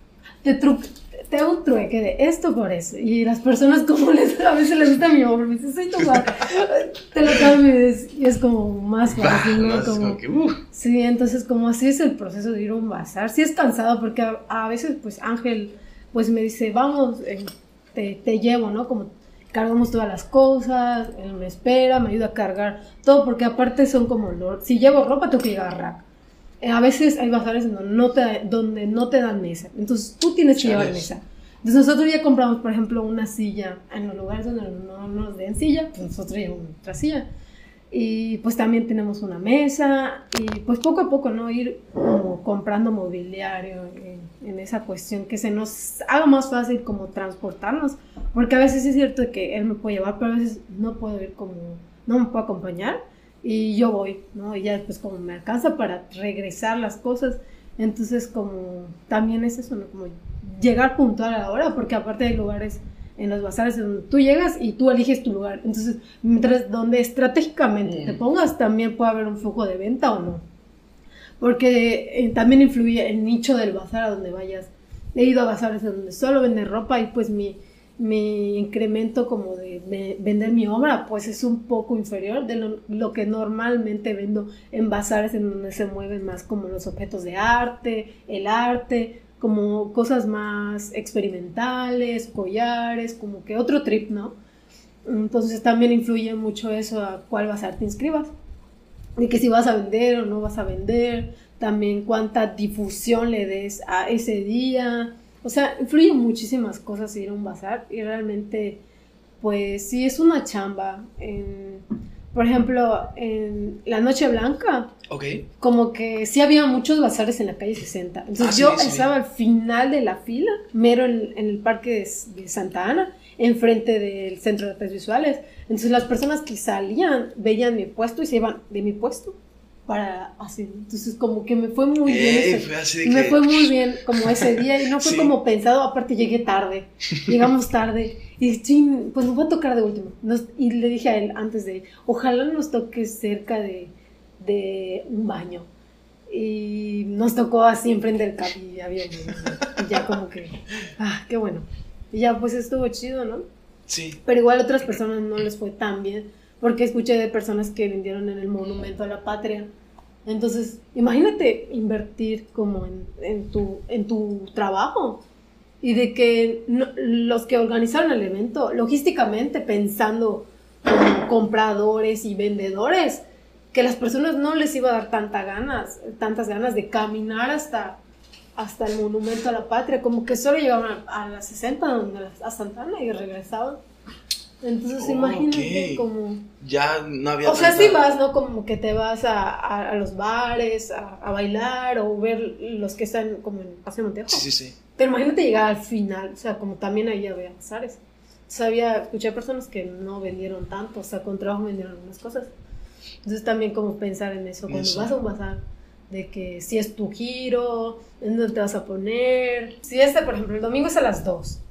te hago un trueque de esto por eso. Y las personas como a veces les gusta mi obra, me dice, soy tu madre, te lo cambio y es como más fácil, ¿no? Como que, sí, entonces como así es el proceso de ir a un bazar. Sí es cansado porque a veces pues Ángel pues me dice, vamos, te llevo, ¿no? Como cargamos todas las cosas, él me espera, me ayuda a cargar todo, porque aparte son como, si llevo ropa tengo que llegar a rack. A veces hay bazares donde no te dan mesa, entonces tú tienes que llevar mesa. Entonces nosotros ya compramos, por ejemplo, una silla en los lugares donde no nos den silla, pues nosotros llevamos otra silla. Y pues también tenemos una mesa y pues poco a poco, ¿no? Ir como comprando mobiliario en esa cuestión, que se nos haga más fácil como transportarnos, porque a veces es cierto que él me puede llevar, pero a veces no puedo ir como, no me puedo acompañar y yo voy, ¿no? Y ya después como me alcanza para regresar las cosas, entonces como también es eso, ¿no? Como llegar puntual a la hora, porque aparte hay lugares en los bazares donde tú llegas y tú eliges tu lugar, entonces mientras donde estratégicamente te pongas también puede haber un flujo de venta o no, porque también influye el nicho del bazar a donde vayas. He ido a bazares donde solo venden ropa y pues mi mi incremento como de vender mi obra pues es un poco inferior de lo que normalmente vendo en bazares en donde se mueven más como los objetos de arte, el arte, como cosas más experimentales, collares, como que otro trip, ¿no? Entonces también influye mucho eso a cuál bazar te inscribas, de que si vas a vender o no vas a vender, también cuánta difusión le des a ese día. O sea, influyen muchísimas cosas ir a un bazar y realmente, pues sí es una chamba. Por ejemplo, en la Noche Blanca, como que sí había muchos bazares en la calle 60. Entonces yo estaba al final de la fila, mero en el parque de Santa Ana, enfrente del Centro de Artes Visuales. Entonces las personas que salían veían mi puesto y se iban de mi puesto para así. Entonces como que me fue muy bien me fue muy bien como ese día y no fue como pensado. Aparte llegué tarde, llegamos tarde y pues nos va a tocar de último. Y le dije a él antes de ojalá nos toque cerca de un baño, y nos tocó así enfrente del CAP y había y ya como que qué bueno, y ya pues estuvo chido, ¿no? Sí. Pero igual a otras personas no les fue tan bien, porque escuché de personas que vendieron en el Monumento a la Patria. Entonces, imagínate invertir como en tu trabajo y de que los que organizaron el evento, logísticamente pensando como compradores y vendedores, que las personas no les iba a dar tantas ganas de caminar hasta el Monumento a la Patria, como que solo llegaban a las 60 a Santa Ana y regresaban. Entonces imagínate como ya no había sí vas, ¿no? Como que te vas a los bares a bailar o ver los que están como en Paseo Montejo. Sí. Pero imagínate llegar al final, o sea, como también ahí había bazares. Escuché personas que no vendieron tanto, o sea, con trabajo vendieron algunas cosas. Entonces también como pensar en eso cuando vas a un bazar, de que si es tu giro, en dónde te vas a poner. Si por ejemplo, el domingo es a las 2.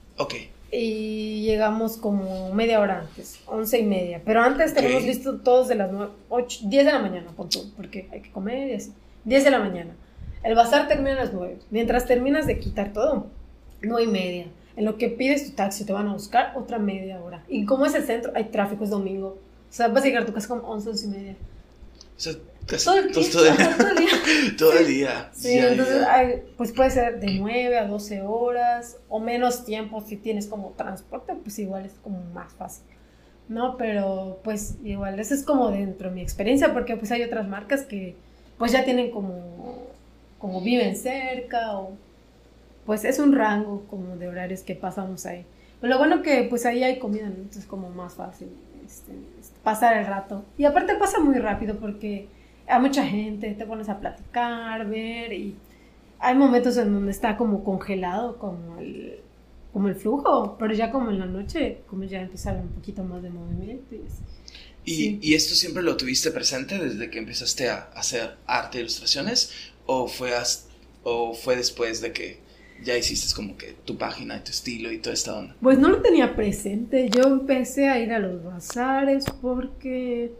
Y llegamos como media hora antes, 11:30. Pero antes tenemos listo todos de las 10 de la mañana, porque hay que comer y así. 10 de la mañana. El bazar termina a las 9. Mientras terminas de quitar todo, 9:30. En lo que pides tu taxi, te van a buscar otra media hora. Y como es el centro, hay tráfico, es domingo. O sea, vas a llegar a tu casa como 11:30. O sea, todo el día. Todo el día. Sí, entonces pues puede ser de 9 a 12 horas o menos tiempo si tienes como transporte, pues igual es como más fácil, ¿no? Pero pues igual, eso es como dentro de mi experiencia, porque pues hay otras marcas que pues ya tienen como viven cerca o pues es un rango como de horarios que pasamos ahí. Pero lo bueno que pues ahí hay comida, ¿no? Entonces es como más fácil pasar el rato. Y aparte pasa muy rápido porque hay mucha gente, te pones a platicar, ver, y hay momentos en donde está como congelado como el flujo, pero ya como en la noche, como ya empieza a haber un poquito más de movimiento. ¿Y esto siempre lo tuviste presente desde que empezaste a hacer arte e ilustraciones? ¿O fue después de que ya hiciste como que tu página y tu estilo y toda esta onda? Pues no lo tenía presente. Yo empecé a ir a los bazares porque,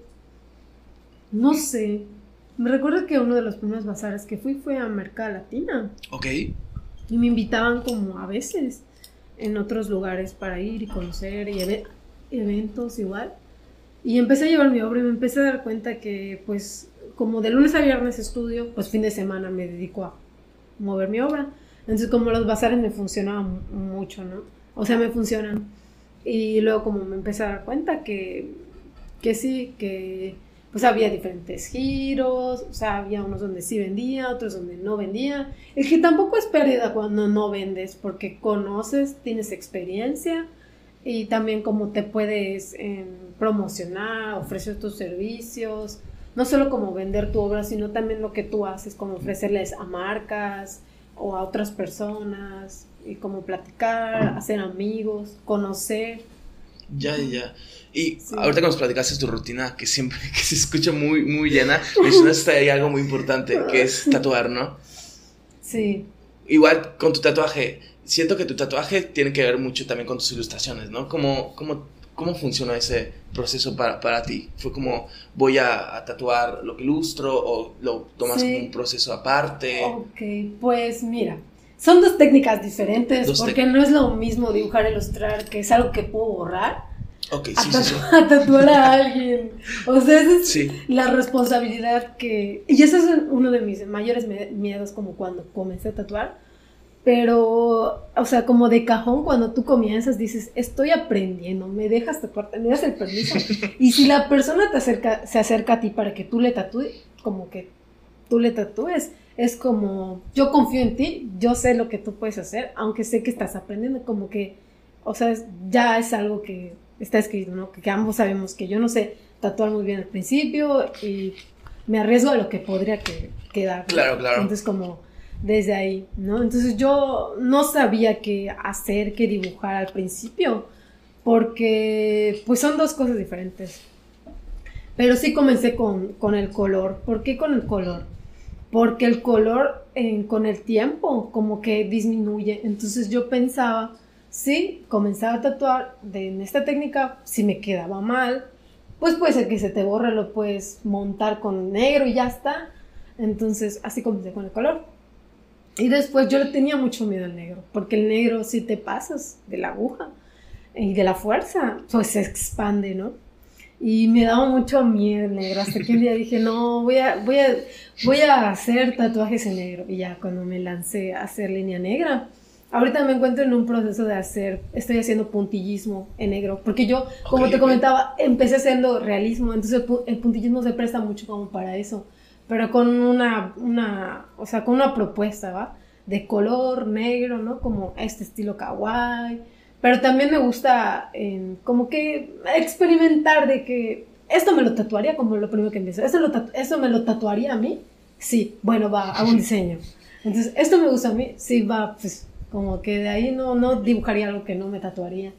no sé, me recuerdo que uno de los primeros bazares que fue a Mercado Latina. Y me invitaban como a veces en otros lugares para ir y conocer y eventos igual. Y empecé a llevar mi obra y me empecé a dar cuenta que pues como de lunes a viernes estudio, pues fin de semana me dedico a mover mi obra. Entonces como los bazares me funcionaban mucho, ¿no? O sea, me funcionan. Y luego como me empecé a dar cuenta que sí, que pues había diferentes giros, o sea, había unos donde sí vendía, otros donde no vendía. El que tampoco es pérdida cuando no vendes, porque conoces, tienes experiencia y también como te puedes promocionar, ofrecer tus servicios, no solo como vender tu obra, sino también lo que tú haces, como ofrecerles a marcas o a otras personas, y como platicar, hacer amigos, conocer. Ya. Y ahorita que nos platicaste tu rutina, que siempre que se escucha muy, muy llena, mencionaste ahí algo muy importante, que es tatuar, ¿no? Sí. Igual con tu tatuaje, siento que tu tatuaje tiene que ver mucho también con tus ilustraciones, ¿no? ¿Cómo funciona ese proceso para ti? ¿Fue como voy a tatuar lo que ilustro o lo tomas como un proceso aparte? Ok, pues mira, son dos técnicas diferentes, Dos porque no es lo mismo dibujar e ilustrar, que es algo que puedo borrar, Ok, a, sí, sí, sí. a tatuar a alguien. O sea, esa es Sí. la responsabilidad que... Y ese es uno de mis mayores miedos como cuando comencé a tatuar. Pero, o sea, como de cajón, cuando tú comienzas, dices, estoy aprendiendo, me dejas tatuarte, me das el permiso. Y si la persona se acerca a ti para que tú le tatúes, como que tú le tatúes, es como, yo confío en ti, yo sé lo que tú puedes hacer, aunque sé que estás aprendiendo, como que, o sea, ya es algo que está escrito, ¿no? Que ambos sabemos que yo no sé tatuar muy bien al principio y me arriesgo a lo que podría quedar, ¿no? Claro, claro. Entonces, como desde ahí, ¿no? Entonces yo no sabía qué hacer, qué dibujar al principio, porque pues son dos cosas diferentes. Pero sí comencé con el color. ¿Por qué con el color? Porque el color con el tiempo como que disminuye. Entonces yo pensaba, sí, comenzaba a tatuar en esta técnica, si me quedaba mal, pues puede ser que se te borre, lo puedes montar con negro y ya está. Entonces así comencé con el color. Y después yo le tenía mucho miedo al negro, porque el negro, si te pasas de la aguja y de la fuerza, pues se expande, ¿no? Y me daba mucho miedo el negro, hasta que un día dije, no, voy a hacer tatuajes en negro. Y ya cuando me lancé a hacer línea negra, ahorita me encuentro en un proceso de estoy haciendo puntillismo en negro, porque yo, como te comentaba, empecé haciendo realismo, entonces el puntillismo se presta mucho como para eso, pero con o sea, con una propuesta, ¿va? De color negro, ¿no? Como este estilo kawaii. Pero también me gusta como que experimentar de que esto me lo tatuaría como lo primero que empiezo. ¿Esto me lo tatuaría a mí? Sí, bueno, va, hago un diseño. Entonces, ¿esto me gusta a mí? Sí, va, pues como que de ahí no dibujaría algo que no me tatuaría.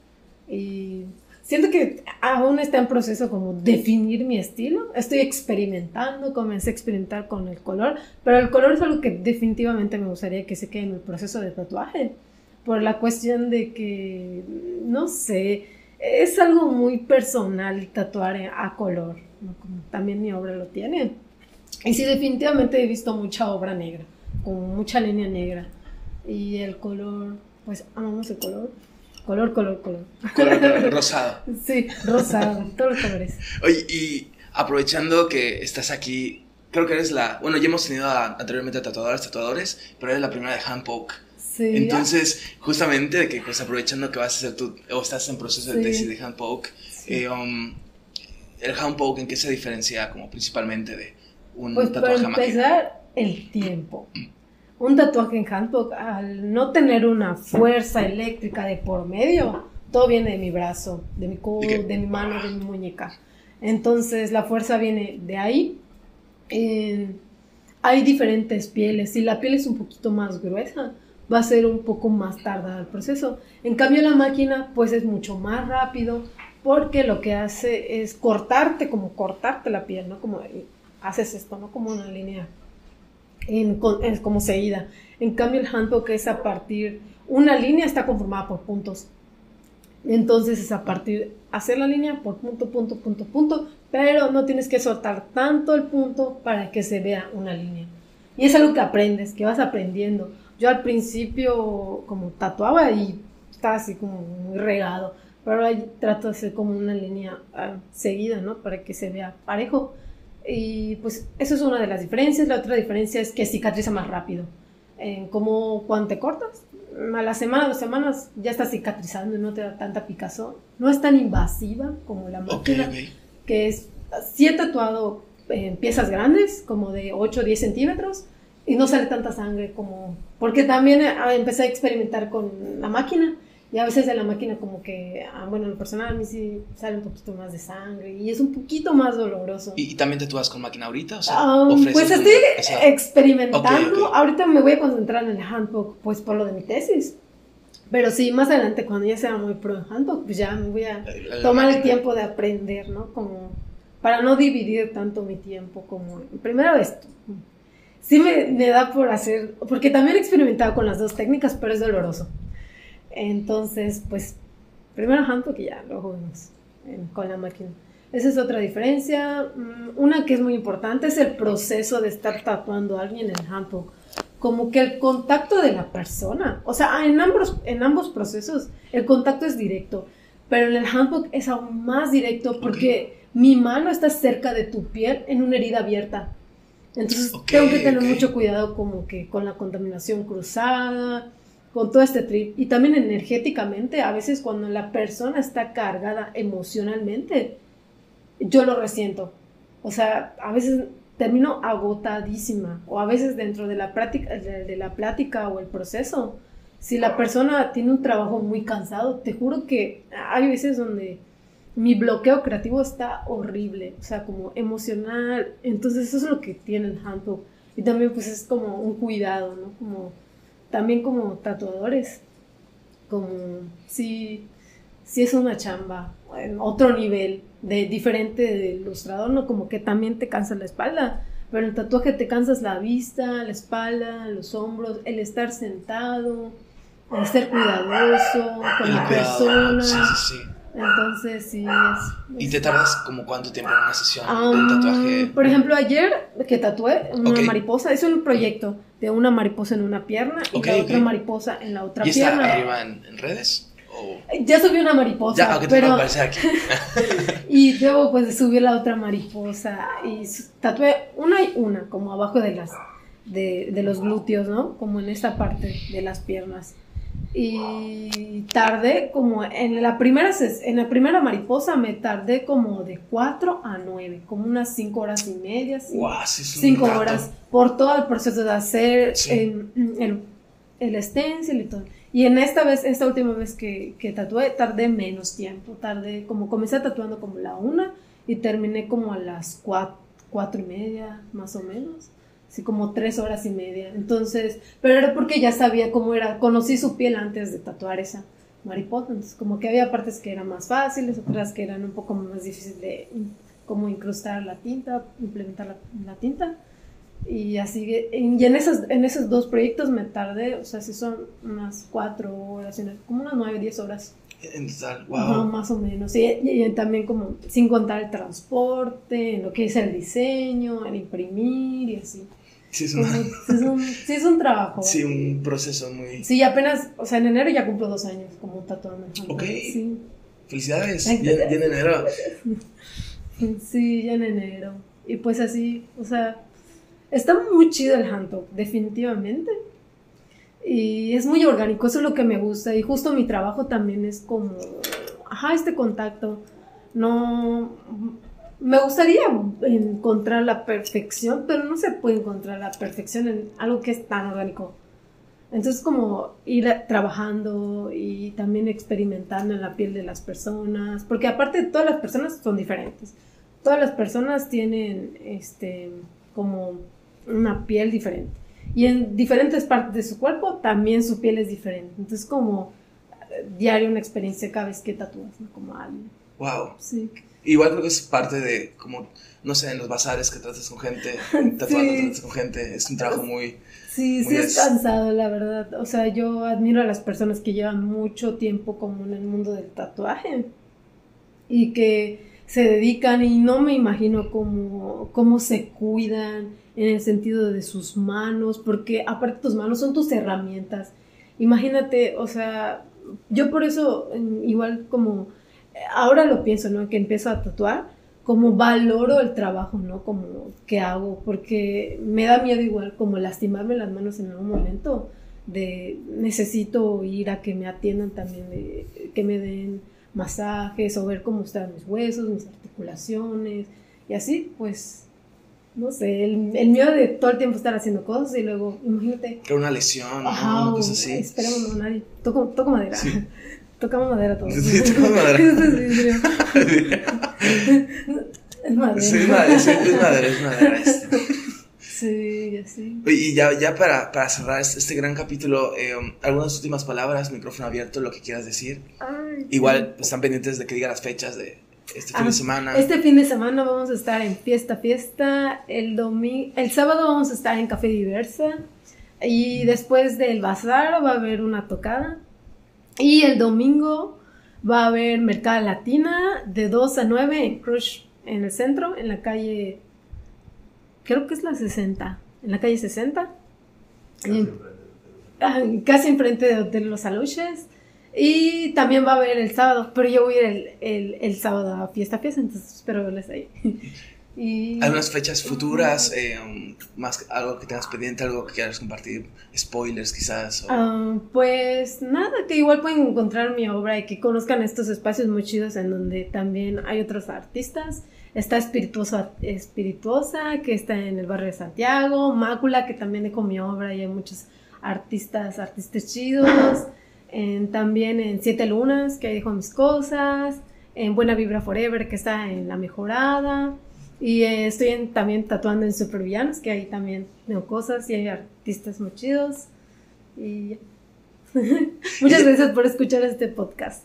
Y siento que aún está en proceso como definir mi estilo. Estoy experimentando, comencé a experimentar con el color, pero el color es algo que definitivamente me gustaría que se quede en el proceso de tatuaje. Por la cuestión de que, no sé, es algo muy personal tatuar a color, ¿no? Como también mi obra lo tiene. Y sí, definitivamente he visto mucha obra negra, con mucha línea negra. Y el color, pues amamos el color. Color. Color rosado. Sí, rosado, todos los colores. Oye, y aprovechando que estás aquí, creo que eres bueno, ya hemos tenido anteriormente a tatuadores, pero eres la primera de handpoke. Sí. Entonces, justamente de que pues aprovechando que vas a hacer o estás en proceso de tesis de handpoke, sí. El handpoke, ¿en qué se diferencia como principalmente de un pues tatuaje a máquina? Para empezar, el tiempo. Un tatuaje en handpoke, al no tener una fuerza eléctrica de por medio, todo viene de mi brazo, de mi codo, de mi mano, de mi muñeca. Entonces la fuerza viene de ahí. Hay diferentes pieles. Si la piel es un poquito más gruesa, va a ser un poco más tardado el proceso. En cambio la máquina pues es mucho más rápido, porque lo que hace es cortarte la piel, ¿no? Como haces esto, ¿no? Como una línea es como seguida. En cambio el handpoke es una línea está conformada por puntos. Entonces es a partir hacer la línea por punto, pero no tienes que soltar tanto el punto para que se vea una línea. Y es algo que aprendes, que vas aprendiendo. Yo al principio como tatuaba y estaba así como muy regado, pero ahora trato de hacer como una línea seguida, ¿no? Para que se vea parejo. Y pues eso es una de las diferencias. La otra diferencia es que cicatriza más rápido. Como cuando te cortas, a la semana, 2 semanas ya está cicatrizando y no te da tanta picazón. No es tan invasiva como la máquina, que es, sí he tatuado piezas grandes, como de 8 o 10 centímetros, y no sale tanta sangre como... Porque también empecé a experimentar con la máquina, y a veces de la máquina como que, bueno, en lo personal a mí sí sale un poquito más de sangre, y es un poquito más doloroso. ¿Y también tatúas con máquina ahorita? O sea, pues estoy experimentando. Ahorita me voy a concentrar en el handpoke, pues por lo de mi tesis. Pero sí, más adelante, cuando ya sea muy pro en handpoke, pues ya me voy a tomar el tiempo de aprender, ¿no? Como para no dividir tanto mi tiempo como... Primero esto. Sí me da por hacer... Porque también he experimentado con las dos técnicas, pero es doloroso. Entonces, pues, primero handpoke y ya, luego vemos con la máquina. Esa es otra diferencia. Una que es muy importante es el proceso de estar tatuando a alguien en handpoke. como que el contacto de la persona, o sea, en ambos procesos el contacto es directo, pero en el handbook es aún más directo porque mi mano está cerca de tu piel en una herida abierta. Entonces tengo que tener mucho cuidado como que con la contaminación cruzada, con todo este trip. Y también energéticamente, a veces cuando la persona está cargada emocionalmente, yo lo resiento. O sea, a veces termino agotadísima. O a veces dentro de la plática o el proceso, si la persona tiene un trabajo muy cansado, te juro que hay veces donde mi bloqueo creativo está horrible, o sea, como emocional. Entonces eso es lo que tiene el handbook. Y también pues es como un cuidado, ¿no? Como, también como tatuadores, como si es una chamba en otro nivel, diferente del ilustrador, ¿no? Como que también te cansa la espalda, pero el tatuaje te cansas la vista, la espalda, los hombros, el estar sentado, el ser cuidadoso con la persona. Sí. Entonces sí es. ¿Y te tardas como cuánto tiempo en una sesión de un tatuaje? Por ejemplo, ayer que tatué una mariposa, es un proyecto de una mariposa en una pierna y la otra mariposa en la otra pierna. ¿Y está arriba en redes? ¿O? Ya subí una mariposa, ya, pero aparecer aquí. Y luego pues subí la otra mariposa y tatué una y una, como abajo de los glúteos, ¿no? Como en esta parte de las piernas. Y tardé como en la primera mariposa me tardé como de 4 a 9, como unas 5 horas y media, wow, sí, 5 horas por todo el proceso de hacer el stencil y todo. Y en esta última vez que tatué, tardé menos tiempo, comencé tatuando como la 1 y terminé como a las 4 y media, más o menos. Así como 3 horas y media. Entonces, pero era porque ya sabía cómo era, conocí su piel antes de tatuar esa mariposa. Entonces, como que había partes que eran más fáciles, otras que eran un poco más difíciles de como incrustar la tinta, implementar la tinta. Y así, y en esos 2 proyectos me tardé, o sea, si son unas 4 horas, como unas 9, 10 horas. En total, wow. Más o menos. Y también como, sin contar el transporte, en lo que es el diseño, el imprimir y así. Sí, es un trabajo. Sí, un proceso muy... Sí, apenas, o sea, en enero ya cumplo 2 años como tatuando. Ok. Sí. Felicidades. Ya en enero. Sí, ya en enero. Y pues así, o sea, está muy chido el handbook, definitivamente. Y es muy orgánico, eso es lo que me gusta. Y justo mi trabajo también es como, este contacto. No, me gustaría encontrar la perfección, pero no se puede encontrar la perfección en algo que es tan orgánico. Entonces como ir trabajando y también experimentando en la piel de las personas, porque aparte todas las personas son diferentes. Todas las personas tienen como una piel diferente. Y en diferentes partes de su cuerpo también su piel es diferente. Entonces como diario una experiencia cada vez que tatúas, ¿no? Como algo. Wow. Sí. Igual creo que es parte de como, no sé, en los bazares que tratas con gente, tatuando tratas con gente, es un trabajo muy... Sí, es cansado, la verdad. O sea, yo admiro a las personas que llevan mucho tiempo como en el mundo del tatuaje y que se dedican, y no me imagino cómo se cuidan en el sentido de sus manos, porque aparte tus manos son tus herramientas. Imagínate, o sea, yo por eso igual como ahora lo pienso, ¿no? Que empiezo a tatuar, como valoro el trabajo, ¿no? Como que hago, porque me da miedo igual como lastimarme las manos en algún momento, necesito ir a que me atiendan también, que me den masajes o ver cómo están mis huesos, mis articulaciones y así, pues, no sé, el miedo de todo el tiempo estar haciendo cosas y luego, imagínate. Que una lesión, una cosa así. Esperemos no, nadie. Toco madera. Sí. Tocamos madera todos. Sí, tocamos madera. Es madera. Sí, es madera. Sí, así. Y ya para cerrar este gran capítulo, algunas últimas palabras, micrófono abierto, lo que quieras decir. Igual están pendientes de que diga las fechas de este fin de semana. Este fin de semana vamos a estar en Fiesta. El sábado vamos a estar en Café Diversa. Y después del bazar va a haber una tocada. Y el domingo va a haber Mercado Latina de 2 a 9 en Crush, en el centro, en la calle, creo que es la 60, en la calle 60. casi enfrente de Hotel Los Aluches. Y también va a haber el sábado, pero yo voy a ir el sábado a Fiesta, entonces espero verles ahí. Y ¿algunas fechas futuras? Más algo que tengas pendiente, algo que quieras compartir, spoilers quizás. Pues nada, que igual pueden encontrar mi obra y que conozcan estos espacios muy chidos en donde también hay otros artistas. Está Espirituosa, que está en el barrio de Santiago, Mácula, que también dejo mi obra y hay muchos artistas chidos. También en Siete Lunas, que ahí dejo mis cosas. En Buena Vibra Forever, que está en La Mejorada. Y estoy también tatuando en Supervillanos, que ahí también tengo cosas y hay artistas muy chidos. Y muchas gracias por escuchar este podcast.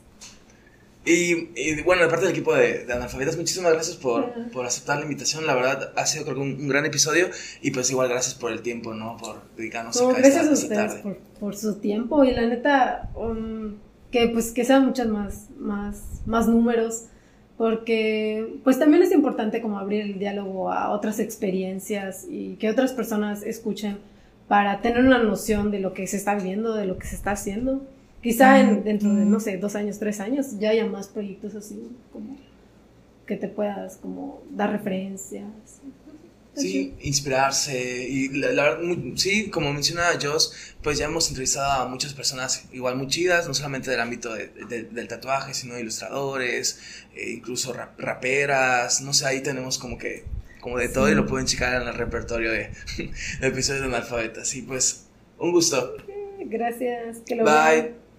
Y bueno, de parte del equipo de Analfabetas, muchísimas gracias por aceptar la invitación. La verdad, ha sido creo que un gran episodio. Y pues igual gracias por el tiempo, ¿no? Por dedicarnos acá gracias a esta ustedes tarde. por su tiempo. Y la neta, que sean muchas más números. Porque pues también es importante como abrir el diálogo a otras experiencias y que otras personas escuchen para tener una noción de lo que se está viviendo, de lo que se está haciendo. Quizá dentro de, no sé, 2 años, 3 años ya haya más proyectos así, como que te puedas como dar referencias. Sí, inspirarse. Y la verdad, sí, como menciona Joss, pues ya hemos entrevistado a muchas personas igual muy chidas, no solamente del ámbito del tatuaje, sino ilustradores, incluso raperas, no sé, ahí tenemos como de todo y lo pueden checar en el repertorio de episodios de Analfabetas. Y pues, un gusto. Gracias, que lo Bye. vean.